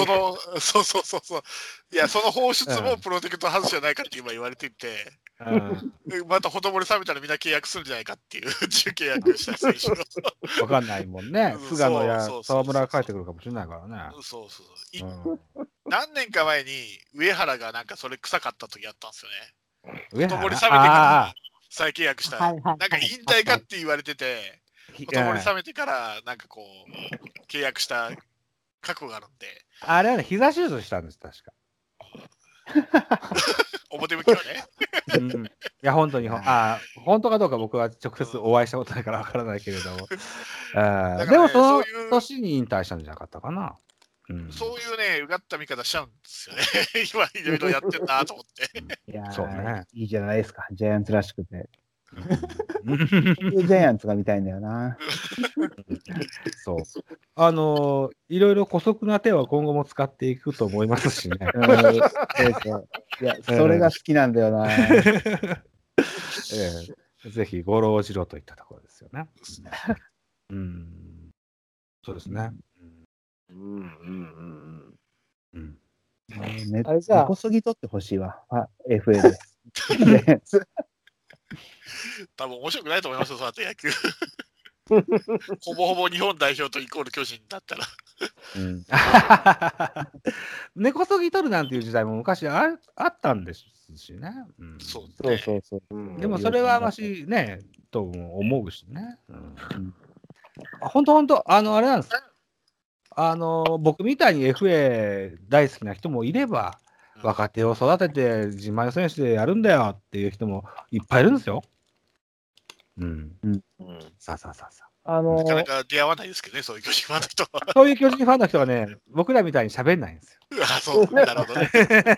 いや、その放出もプロテクト外しじゃないかって今言われていて、またほとぼり冷めたらみんな契約するんじゃないかっていう契約した選手わかんないもんね。菅野や沢村が帰ってくるかもしれないからね。 何年か前に上原がなんかそれ臭かった時あったんですよね。 ほとぼり冷めてから再契約した。なんか引退かって言われてて、ほとぼり冷めてからなんかこう契約した過去があるんで。 あれはね、膝手術したんです、確か。 表向きはね。 いや、本当に、本当かどうか僕は直接お会いしたことないからわからないけれども。でも、その年に引退したんじゃなかったかな。 そういうね、うがった見方しちゃうんですよね。今、いろいろやってんなと思って。 いやー、いいじゃないですか、ジャイアンツらしくて。ジャイアンツが見たいんだよな。 そう。いろいろ姑息な手は今後も使っていくと思いますしね。 いや、それが好きなんだよな。 ぜひご老じろといったところですよね。そうですね。 根こそぎ取ってほしいわ。FA で。 多分面白くないと思いますよ、そうやって野球。ほぼほぼ日本代表とイコール巨人だったら。 根こそぎ取るなんていう時代も昔あったんですしね。 そう。 でもそれはましね、と思うしね。本当あれなんです。僕みたいに FA 大好きな人もいれば、若手を育てて自前の選手でやるんだよっていう人もいっぱいいるんですよ。さあ。 なかなか出会わないですけどね、そういう巨人ファンの人は。 そういう巨人ファンの人はね、僕らみたいに喋んないんですよ。 そう、なるほどね。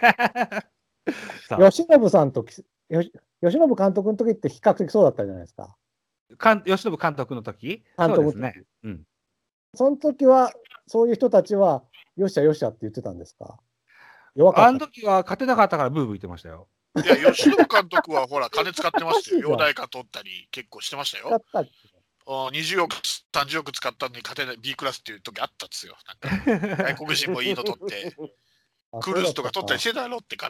由伸さんと、由伸監督の時って比較的そうだったじゃないですか。 由伸監督の時そうですね。 その時は、そういう人たちは、よっしゃって言ってたんですか？ あの時は勝てなかったからブーブー言ってましたよ。 いや、由伸監督はほら、金使ってましたよ。陽大化取ったり、結構してましたよ。20億、30億使ったのに勝てない B クラスっていう時あったんですよ。外国人もいいの取って、クルーズとか取ったりしてたろってから。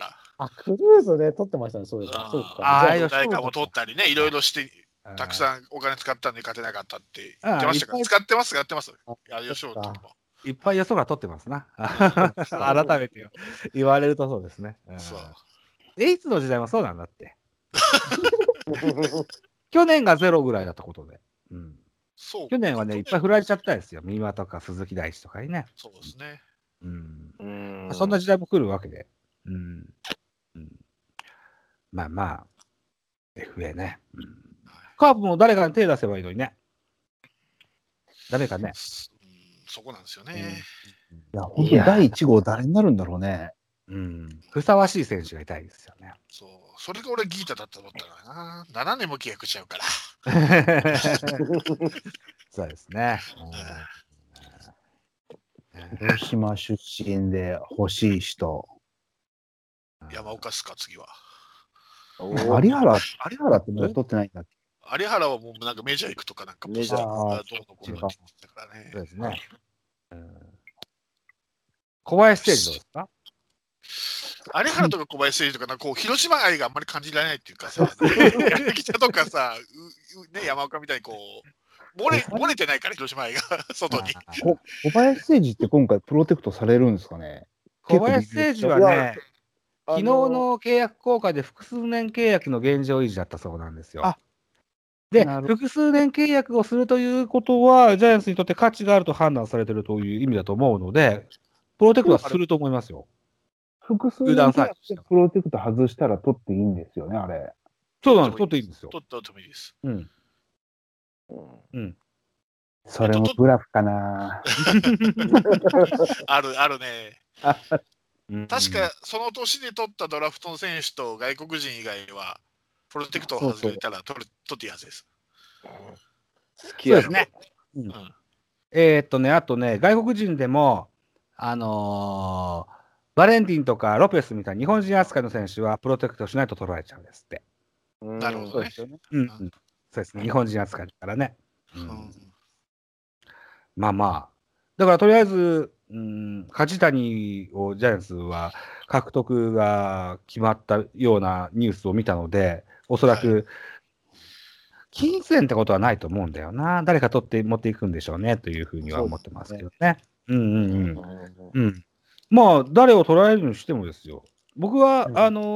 クルーズで取ってましたね、そういうの。 陽大化も取ったりね、いろいろして、たくさんお金使ったのに勝てなかったって言ってましたから、使ってます。 いっぱいよそが取ってますな。改めて言われるとそうですね。エイツの時代もそうなんだって。去年がゼロぐらいだったことで。去年はね、いっぱい振られちゃったですよ。三輪とか鈴木大地とかにね。 そうですね。 そんな時代も来るわけで。まあ、FA ね。カープも誰かに手出せばいいのにね。誰かね。 そこなんですよね。 いや、本当に第1号誰になるんだろうね。 ふさわしい選手がいたいですよね。 そう。それが俺ギータだと思ったからな。7年も契約しちゃうから。 そうですね。 広島出身で欲しい人。 山岡っすか、次は。 有原ってまだ取ってないんだっけ？ 有原はもうなんかメジャー行くとかなんかメジャーどうのこうのって言ってたからね。 そうですね。小林誠司どうですか？ 有原とか小林誠司とか、こう広島愛があんまり感じられないっていうかさ、柳田とかさ、山岡みたいにこう、漏れてないから、広島愛が、外に。 小林誠司って今回プロテクトされるんですかね？ 小林誠司はね、昨日の契約更改で複数年契約の現状維持だったそうなんですよ。で、複数年契約をするということは、ジャイアンツにとって価値があると判断されているという意味だと思うので、プロテクトはすると思いますよ。 複数年契約でプロテクト外したら取っていいんですよね、あれ。 そうなんです、取っていいんですよ。 取ってもいいです。 それもブラフかな。 あるね。確かその年で取ったドラフトの選手と外国人以外はプロテクトを外れたら取っていいはずです。 そうですね。あとね、外国人でもバレンティンとかロペスみたいな日本人扱いの選手はプロテクトしないと取られちゃうんですって。 なるほどね。 そうですね。日本人扱いだからね。 まあまあ。だからとりあえず、梶谷をジャイアンツは獲得が決まったようなニュースを見たので、おそらく、金銭ってことはないと思うんだよな。誰か取って持っていくんでしょうね、というふうには思ってますけどね。まあ、誰を捉えるにしてもですよ。僕は、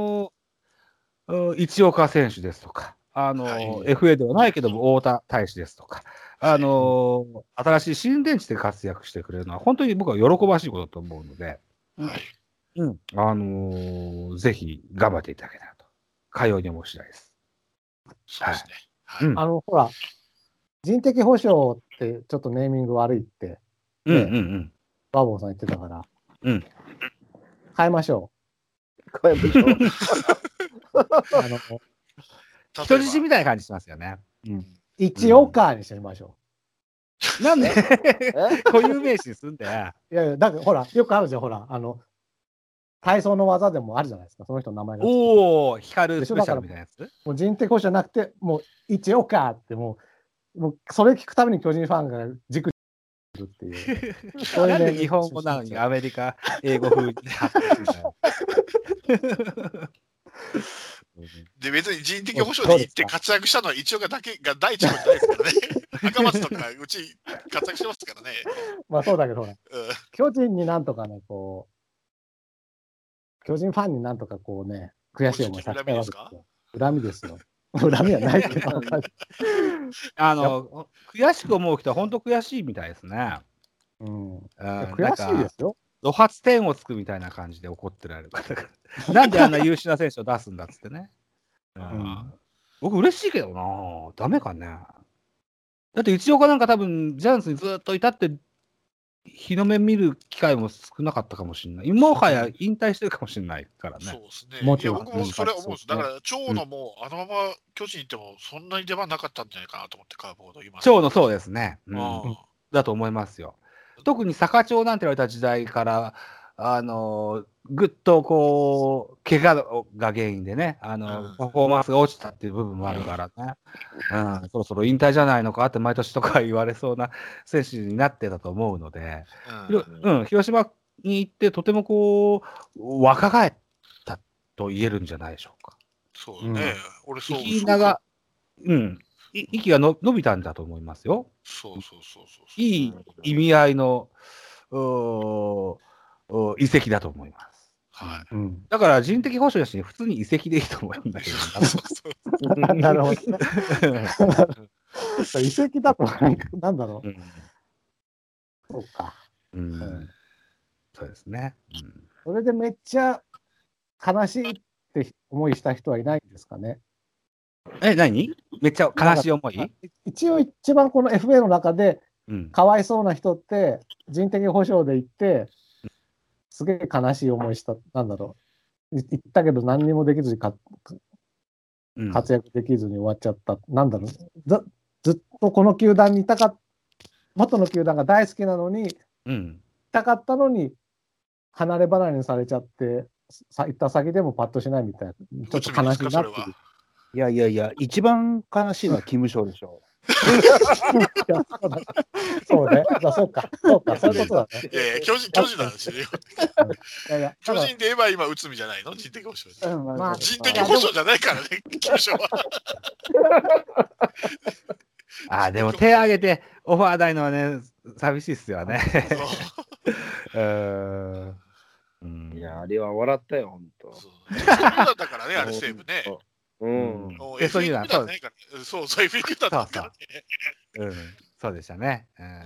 市岡選手ですとか、FA ではないけども、太田大使ですとか、新しい新天地で活躍してくれるのは、本当に僕は喜ばしいことだと思うので、ぜひ頑張っていただけたらと、かように思う次第です。 そうですね。 ほら、人的保障ってちょっとネーミング悪いって、バボーさん言ってたから、変えましょう。 変えましょう。 人質みたいな感じしますよね。 一岡にしてみましょう。なんで固有名詞にすんだよ。 いやいや、だからほら、よくあるじゃん、ほら、体操の技でもあるじゃないですか、その人の名前が。 おお、光るスペシャルみたいなやつ。 もう人的保障じゃなくて、もう一岡ってもうそれ聞くために巨人ファンがじくじくっていう。 なんで日本語なのにアメリカ英語風に発展するんだよ。 で、別に人的保障で行って活躍したのは一岡だけが第一号じゃないですからね。赤松とかうち活躍してますからね。 まあそうだけど、巨人になんとかね、こう、巨人ファンになんとかこうね、悔しい思いさせたいわけですよ。恨みですよ。恨みはないけど。 悔しく思う人は本当悔しいみたいですね。 悔しいですよ。 露発点をつくみたいな感じで怒ってられる方が。なんであんな優秀な選手を出すんだっつってね。僕嬉しいけどな。ダメかね。だって一岡なんか多分ジャイアンツにずっといたって日の目見る機会も少なかったかもしれない。もはや引退してるかもしれないからね。 そうですね。いや、僕もそれ思うんです。だから、長野もあのまま巨人行ってもそんなに出番なかったんじゃないかなと思って、カーブほど今。 長野そうですね。だと思いますよ。特に坂長なんて言われた時代から、ぐっとこう、怪我が原因でね、パフォーマンスが落ちたっていう部分もあるからね、そろそろ引退じゃないのかって毎年とか言われそうな選手になってたと思うので、広島に行ってとてもこう、若返ったと言えるんじゃないでしょうか。 そうね。俺そう。 息が伸びたんだと思いますよ。 そう。 いい意味合いの移籍だと思います。だから人的保障だし、普通に移籍でいいと思うんだけど。なるほど。移籍だと、なんだろう。そうか。 そうですね。 それでめっちゃ悲しいって思いした人はいないんですかね。 何？めっちゃ悲しい思い？ 一応一番この FA の中でかわいそうな人って人的保障で行ってすげえ悲しい思いした。なんだろう。行ったけど何にもできずに活躍できずに終わっちゃった。なんだろう。ずっとこの球団にいた元の球団が大好きなのに、いたかったのに離れ離れにされちゃって行った先でもパッとしないみたいな。ちょっと悲しいなっていう。 いや、一番悲しいのはキム・ショーでしょ。 そうね。そうか、そういうことだね。 いや、巨人なんですよ。巨人で言えば今、内海じゃないの？人的保障。人的保障じゃないからね、キム・ショーは。 でも手挙げてオファー代のはね、寂しいっすよね。 いや、あれは笑ったよ、ほんと。 だったからね、あれ西武ね。 FA 球団そう、FA 球団だったからね。 そうでしたね。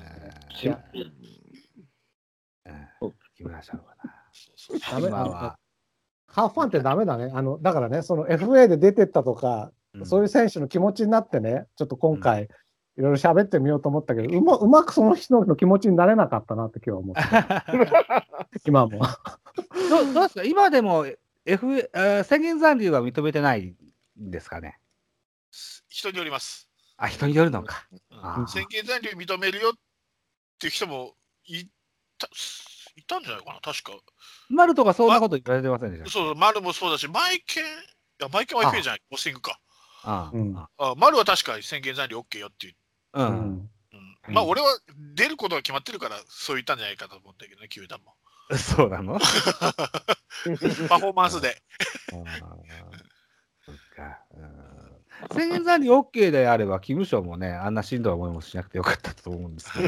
木村さんはな。ハーフファンってダメだね。だからね、その FA で出てったとか、そういう選手の気持ちになってね、ちょっと今回、いろいろ喋ってみようと思ったけど、うまくその人の気持ちになれなかったなって今日は思って。今も。 どうですか？今でも宣言残留は認めてないんですかね？ 人によります。 人によるのか。 宣言残留認めるよっていう人もいたんじゃないかな、確か。 丸とかそんなこと言われてませんでした。 そう、丸もそうだし、マイケンは FA じゃない、ポスティングか。丸は確か宣言残留 OK よっていう。 まあ俺は出ることが決まってるからそう言ったんじゃないかと思うんだけどね、球団も。 そうなのパフォーマンスで。 そっか。宣言残留 OK であれば、キムショーもね、あんなしんどい思いもしなくてよかったと思うんですけ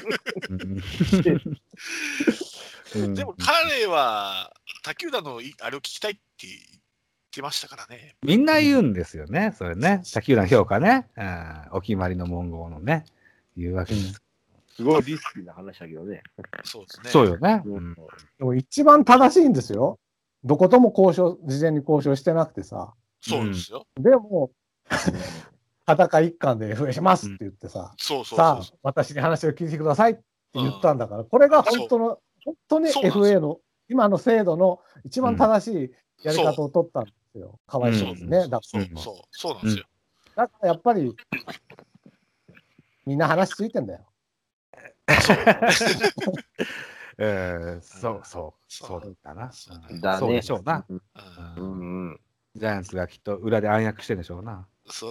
ど。でも彼は他球団のあれを聞きたいって言ってましたからね。 みんな言うんですよね、それね。他球団評価ね。お決まりの文言のね、言うわけです。 すごいリスキーな話だけどね。 そうですね。 そうよね。 でも一番正しいんですよ。どことも事前に交渉してなくてさ。 そうですよ。 でも、裸一貫で FA しますって言ってさ、さあ、私に話を聞いてくださいって言ったんだから、これが本当に FA の今の制度の一番正しいやり方を取ったんですよ。かわいそうですね。 そうなんですよ。 だからやっぱり、みんな話ついてんだよ。 そうだな。 そうでしょうな。ジャイアンツがきっと裏で暗躍してるんでしょうな。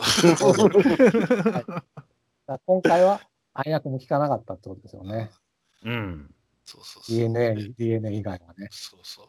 今回は暗躍も効かなかったってことですよね。DNA 以外はね。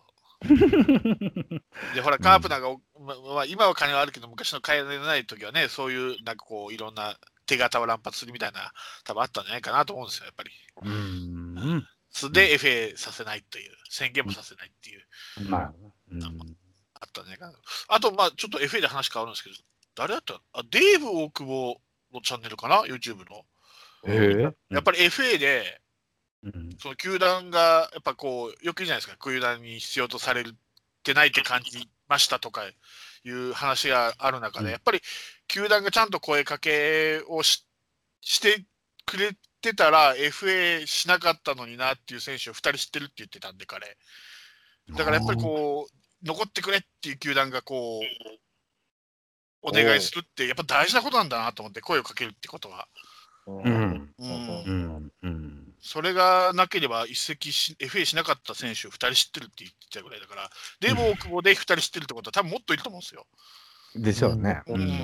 で、ほら、カープなんか、今は金はあるけど、昔の金のない時はね、そういうなんかこう、いろんな手形を乱発するみたいな、多分あったんじゃないかなと思うんですよ、やっぱり。で、FA させないという、宣言もさせないっていう。あったんじゃないかな。あと、まあ、ちょっと FA で話変わるんですけど、誰だったデーブ大久保のチャンネルかな ?YouTube の。やっぱり FA で、その球団が、やっぱこう、よく言うじゃないですか、球団に必要とされてないって感じましたとかいう話がある中で、やっぱり球団がちゃんと声かけをしてくれてたら、FA しなかったのになっていう選手を2人知ってるって言ってたんで、彼。だからやっぱりこう、残ってくれっていう球団がこう、お願いするって、やっぱ大事なことなんだなと思って、声をかけるってことは。それがなければFA しなかった選手を2人知ってるって言ってたぐらいだから、でも大久保で2人知ってるってことは多分もっといると思うんですよ。 でしょうね。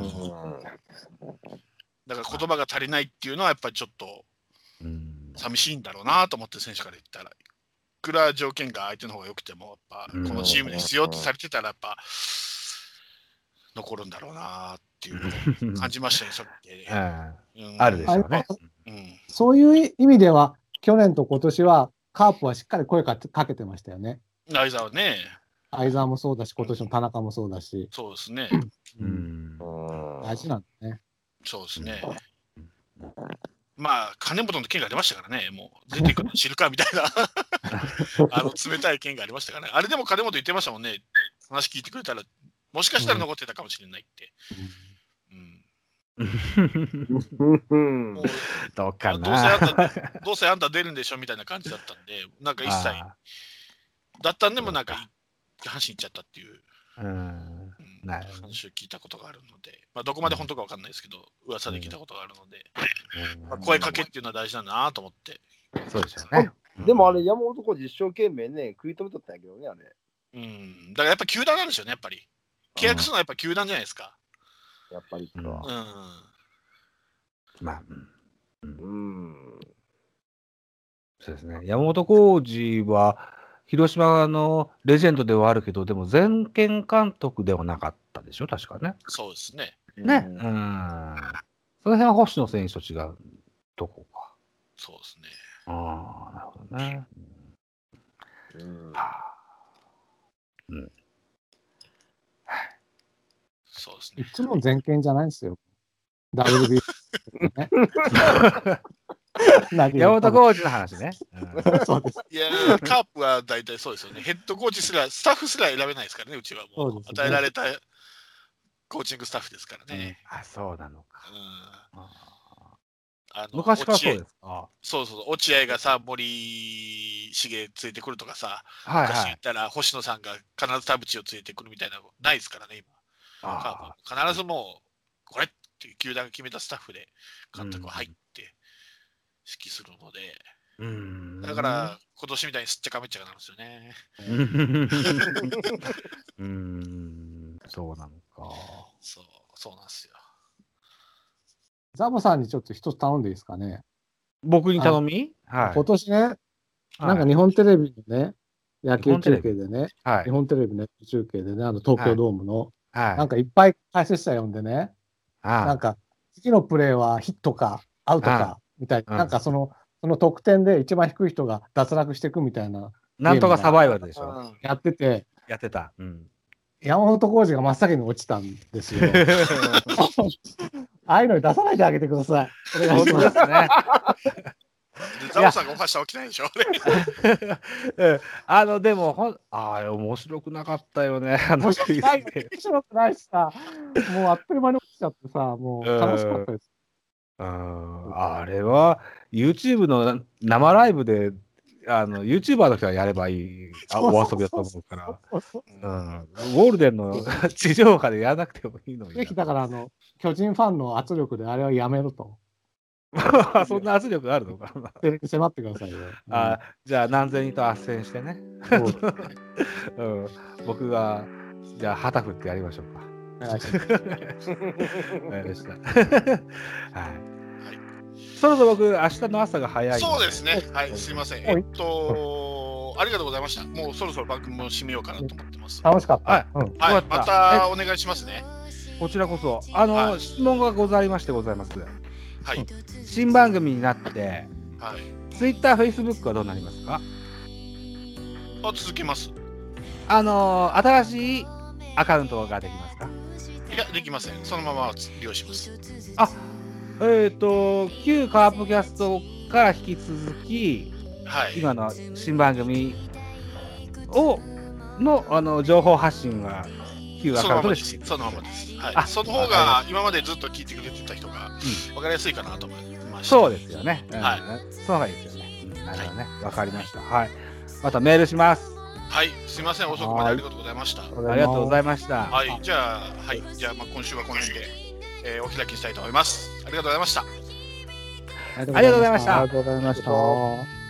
だから言葉が足りないっていうのはやっぱりちょっと寂しいんだろうなと思って、選手から言ったら。いくら条件が相手の方が良くても、やっぱこのチームに必要とされてたらやっぱ残るんだろうなっていうのを感じましたね、さっき。 あるでしょうね。 そういう意味では、去年と今年はカープはしっかり声かけてましたよね。 相澤ね。 相澤もそうだし、今年の田中もそうだし。 そうですね。 大事なんだね。 そうですね。まあ、金本の件がありましたからね、もう出てくるの知るかみたいな冷たい件がありましたからね。あれでも金本言ってましたもんね。話聞いてくれたら、もしかしたら残ってたかもしれないって。 どうかな。 どうせあんた出るんでしょみたいな感じだったんで、なんか一切だったんでもなんか阪神行っちゃったっていう話を聞いたことがあるので、まあどこまで本当かわかんないですけど、噂で聞いたことがあるので、声かけっていうのは大事なんだなと思って。 そうですよね。 でもあれ、山本浩二一生懸命ね、食い止めとったんやけどね、あれ。 だからやっぱ球団なんですよね、やっぱり。契約するのはやっぱ球団じゃないですか。 やっぱりか。 まあ、そうですね。山本浩二は、広島のレジェンドではあるけど、でも全権監督ではなかったでしょ、確かね。 そうですね。 ね。その辺は星野選手と違うとこか。 そうですね。 ああ、なるほどね。 そうですね。 いつも全権じゃないですよ。WB 山本コーチの話ね。 そうです。 いや、カープは大体そうですよね。ヘッドコーチすら、スタッフすら選べないですからね、うちはもう。与えられたコーチングスタッフですからね。 そうなのか。 昔からそうですか。 そうそう、落合がさ、森重連れてくるとかさ、昔言ったら星野さんが必ず田淵を連れてくるみたいなのないですからね、今。必ずもう、これっていう球団が決めたスタッフで監督が入って指揮するので、だから今年みたいにすっちゃかめっちゃかなんですよね。 そうなのか。 そうなんですよ。 ザボさんにちょっと一つ頼んでいいですかね。 僕に頼み？ はい。今年ね、なんか日本テレビのね、野球中継でね、日本テレビの中継でね、東京ドームの、なんかいっぱい解説者呼んでね、なんか次のプレーはヒットかアウトかみたいな、なんかその得点で一番低い人が脱落していくみたいな。 なんとかサバイバルでしょ。 やってて。 やってた。 山本浩二が真っ先に落ちたんですよ。ああいうのに出さないであげてください。 お願いしますね。 ザオさんがおかしたわけないでしょ。 でも面白くなかったよね。 面白くないしさ、もうあっという間に落ちちゃってさ、もう楽しかったです。 あれは YouTube の生ライブでYouTuber の人がやればいいお遊びだと思うから、ゴールデンの地上波でやらなくてもいいのに。 ぜひだから巨人ファンの圧力であれはやめろと。 そんな圧力があるのかな。 迫ってくださいよ。 じゃあ何千人と斡旋してね。僕がじゃあ旗振ってやりましょうか。 お願いします。わかりました。はい。そろそろ僕明日の朝が早い。 そうですね。はい、すいません。ありがとうございました。もうそろそろ番組も締めようかなと思ってます。 楽しかった。 はい、またお願いしますね。 こちらこそ質問がございましてございます。 はい。 新番組になって、はい。Twitter、Facebook はどうなりますか？ 続けます。 新しいアカウントができますか？ いや、できません。そのまま利用します。 旧カープキャストから引き続き、はい、今の新番組の情報発信は旧アカウントでしてそのままです。はい。その方が今までずっと聞いてくれてた人が分かりやすいかなと思いました。 そうですよね。はい。その方がいいですよね。なるほどね。わかりました。はい。またメールします。 はい、すみません、遅くまでありがとうございました。 ありがとうございました。 はい、じゃあ今週はこの辺で、お開きしたいと思います。ありがとうございました。 ありがとうございました。 ありがとうございました。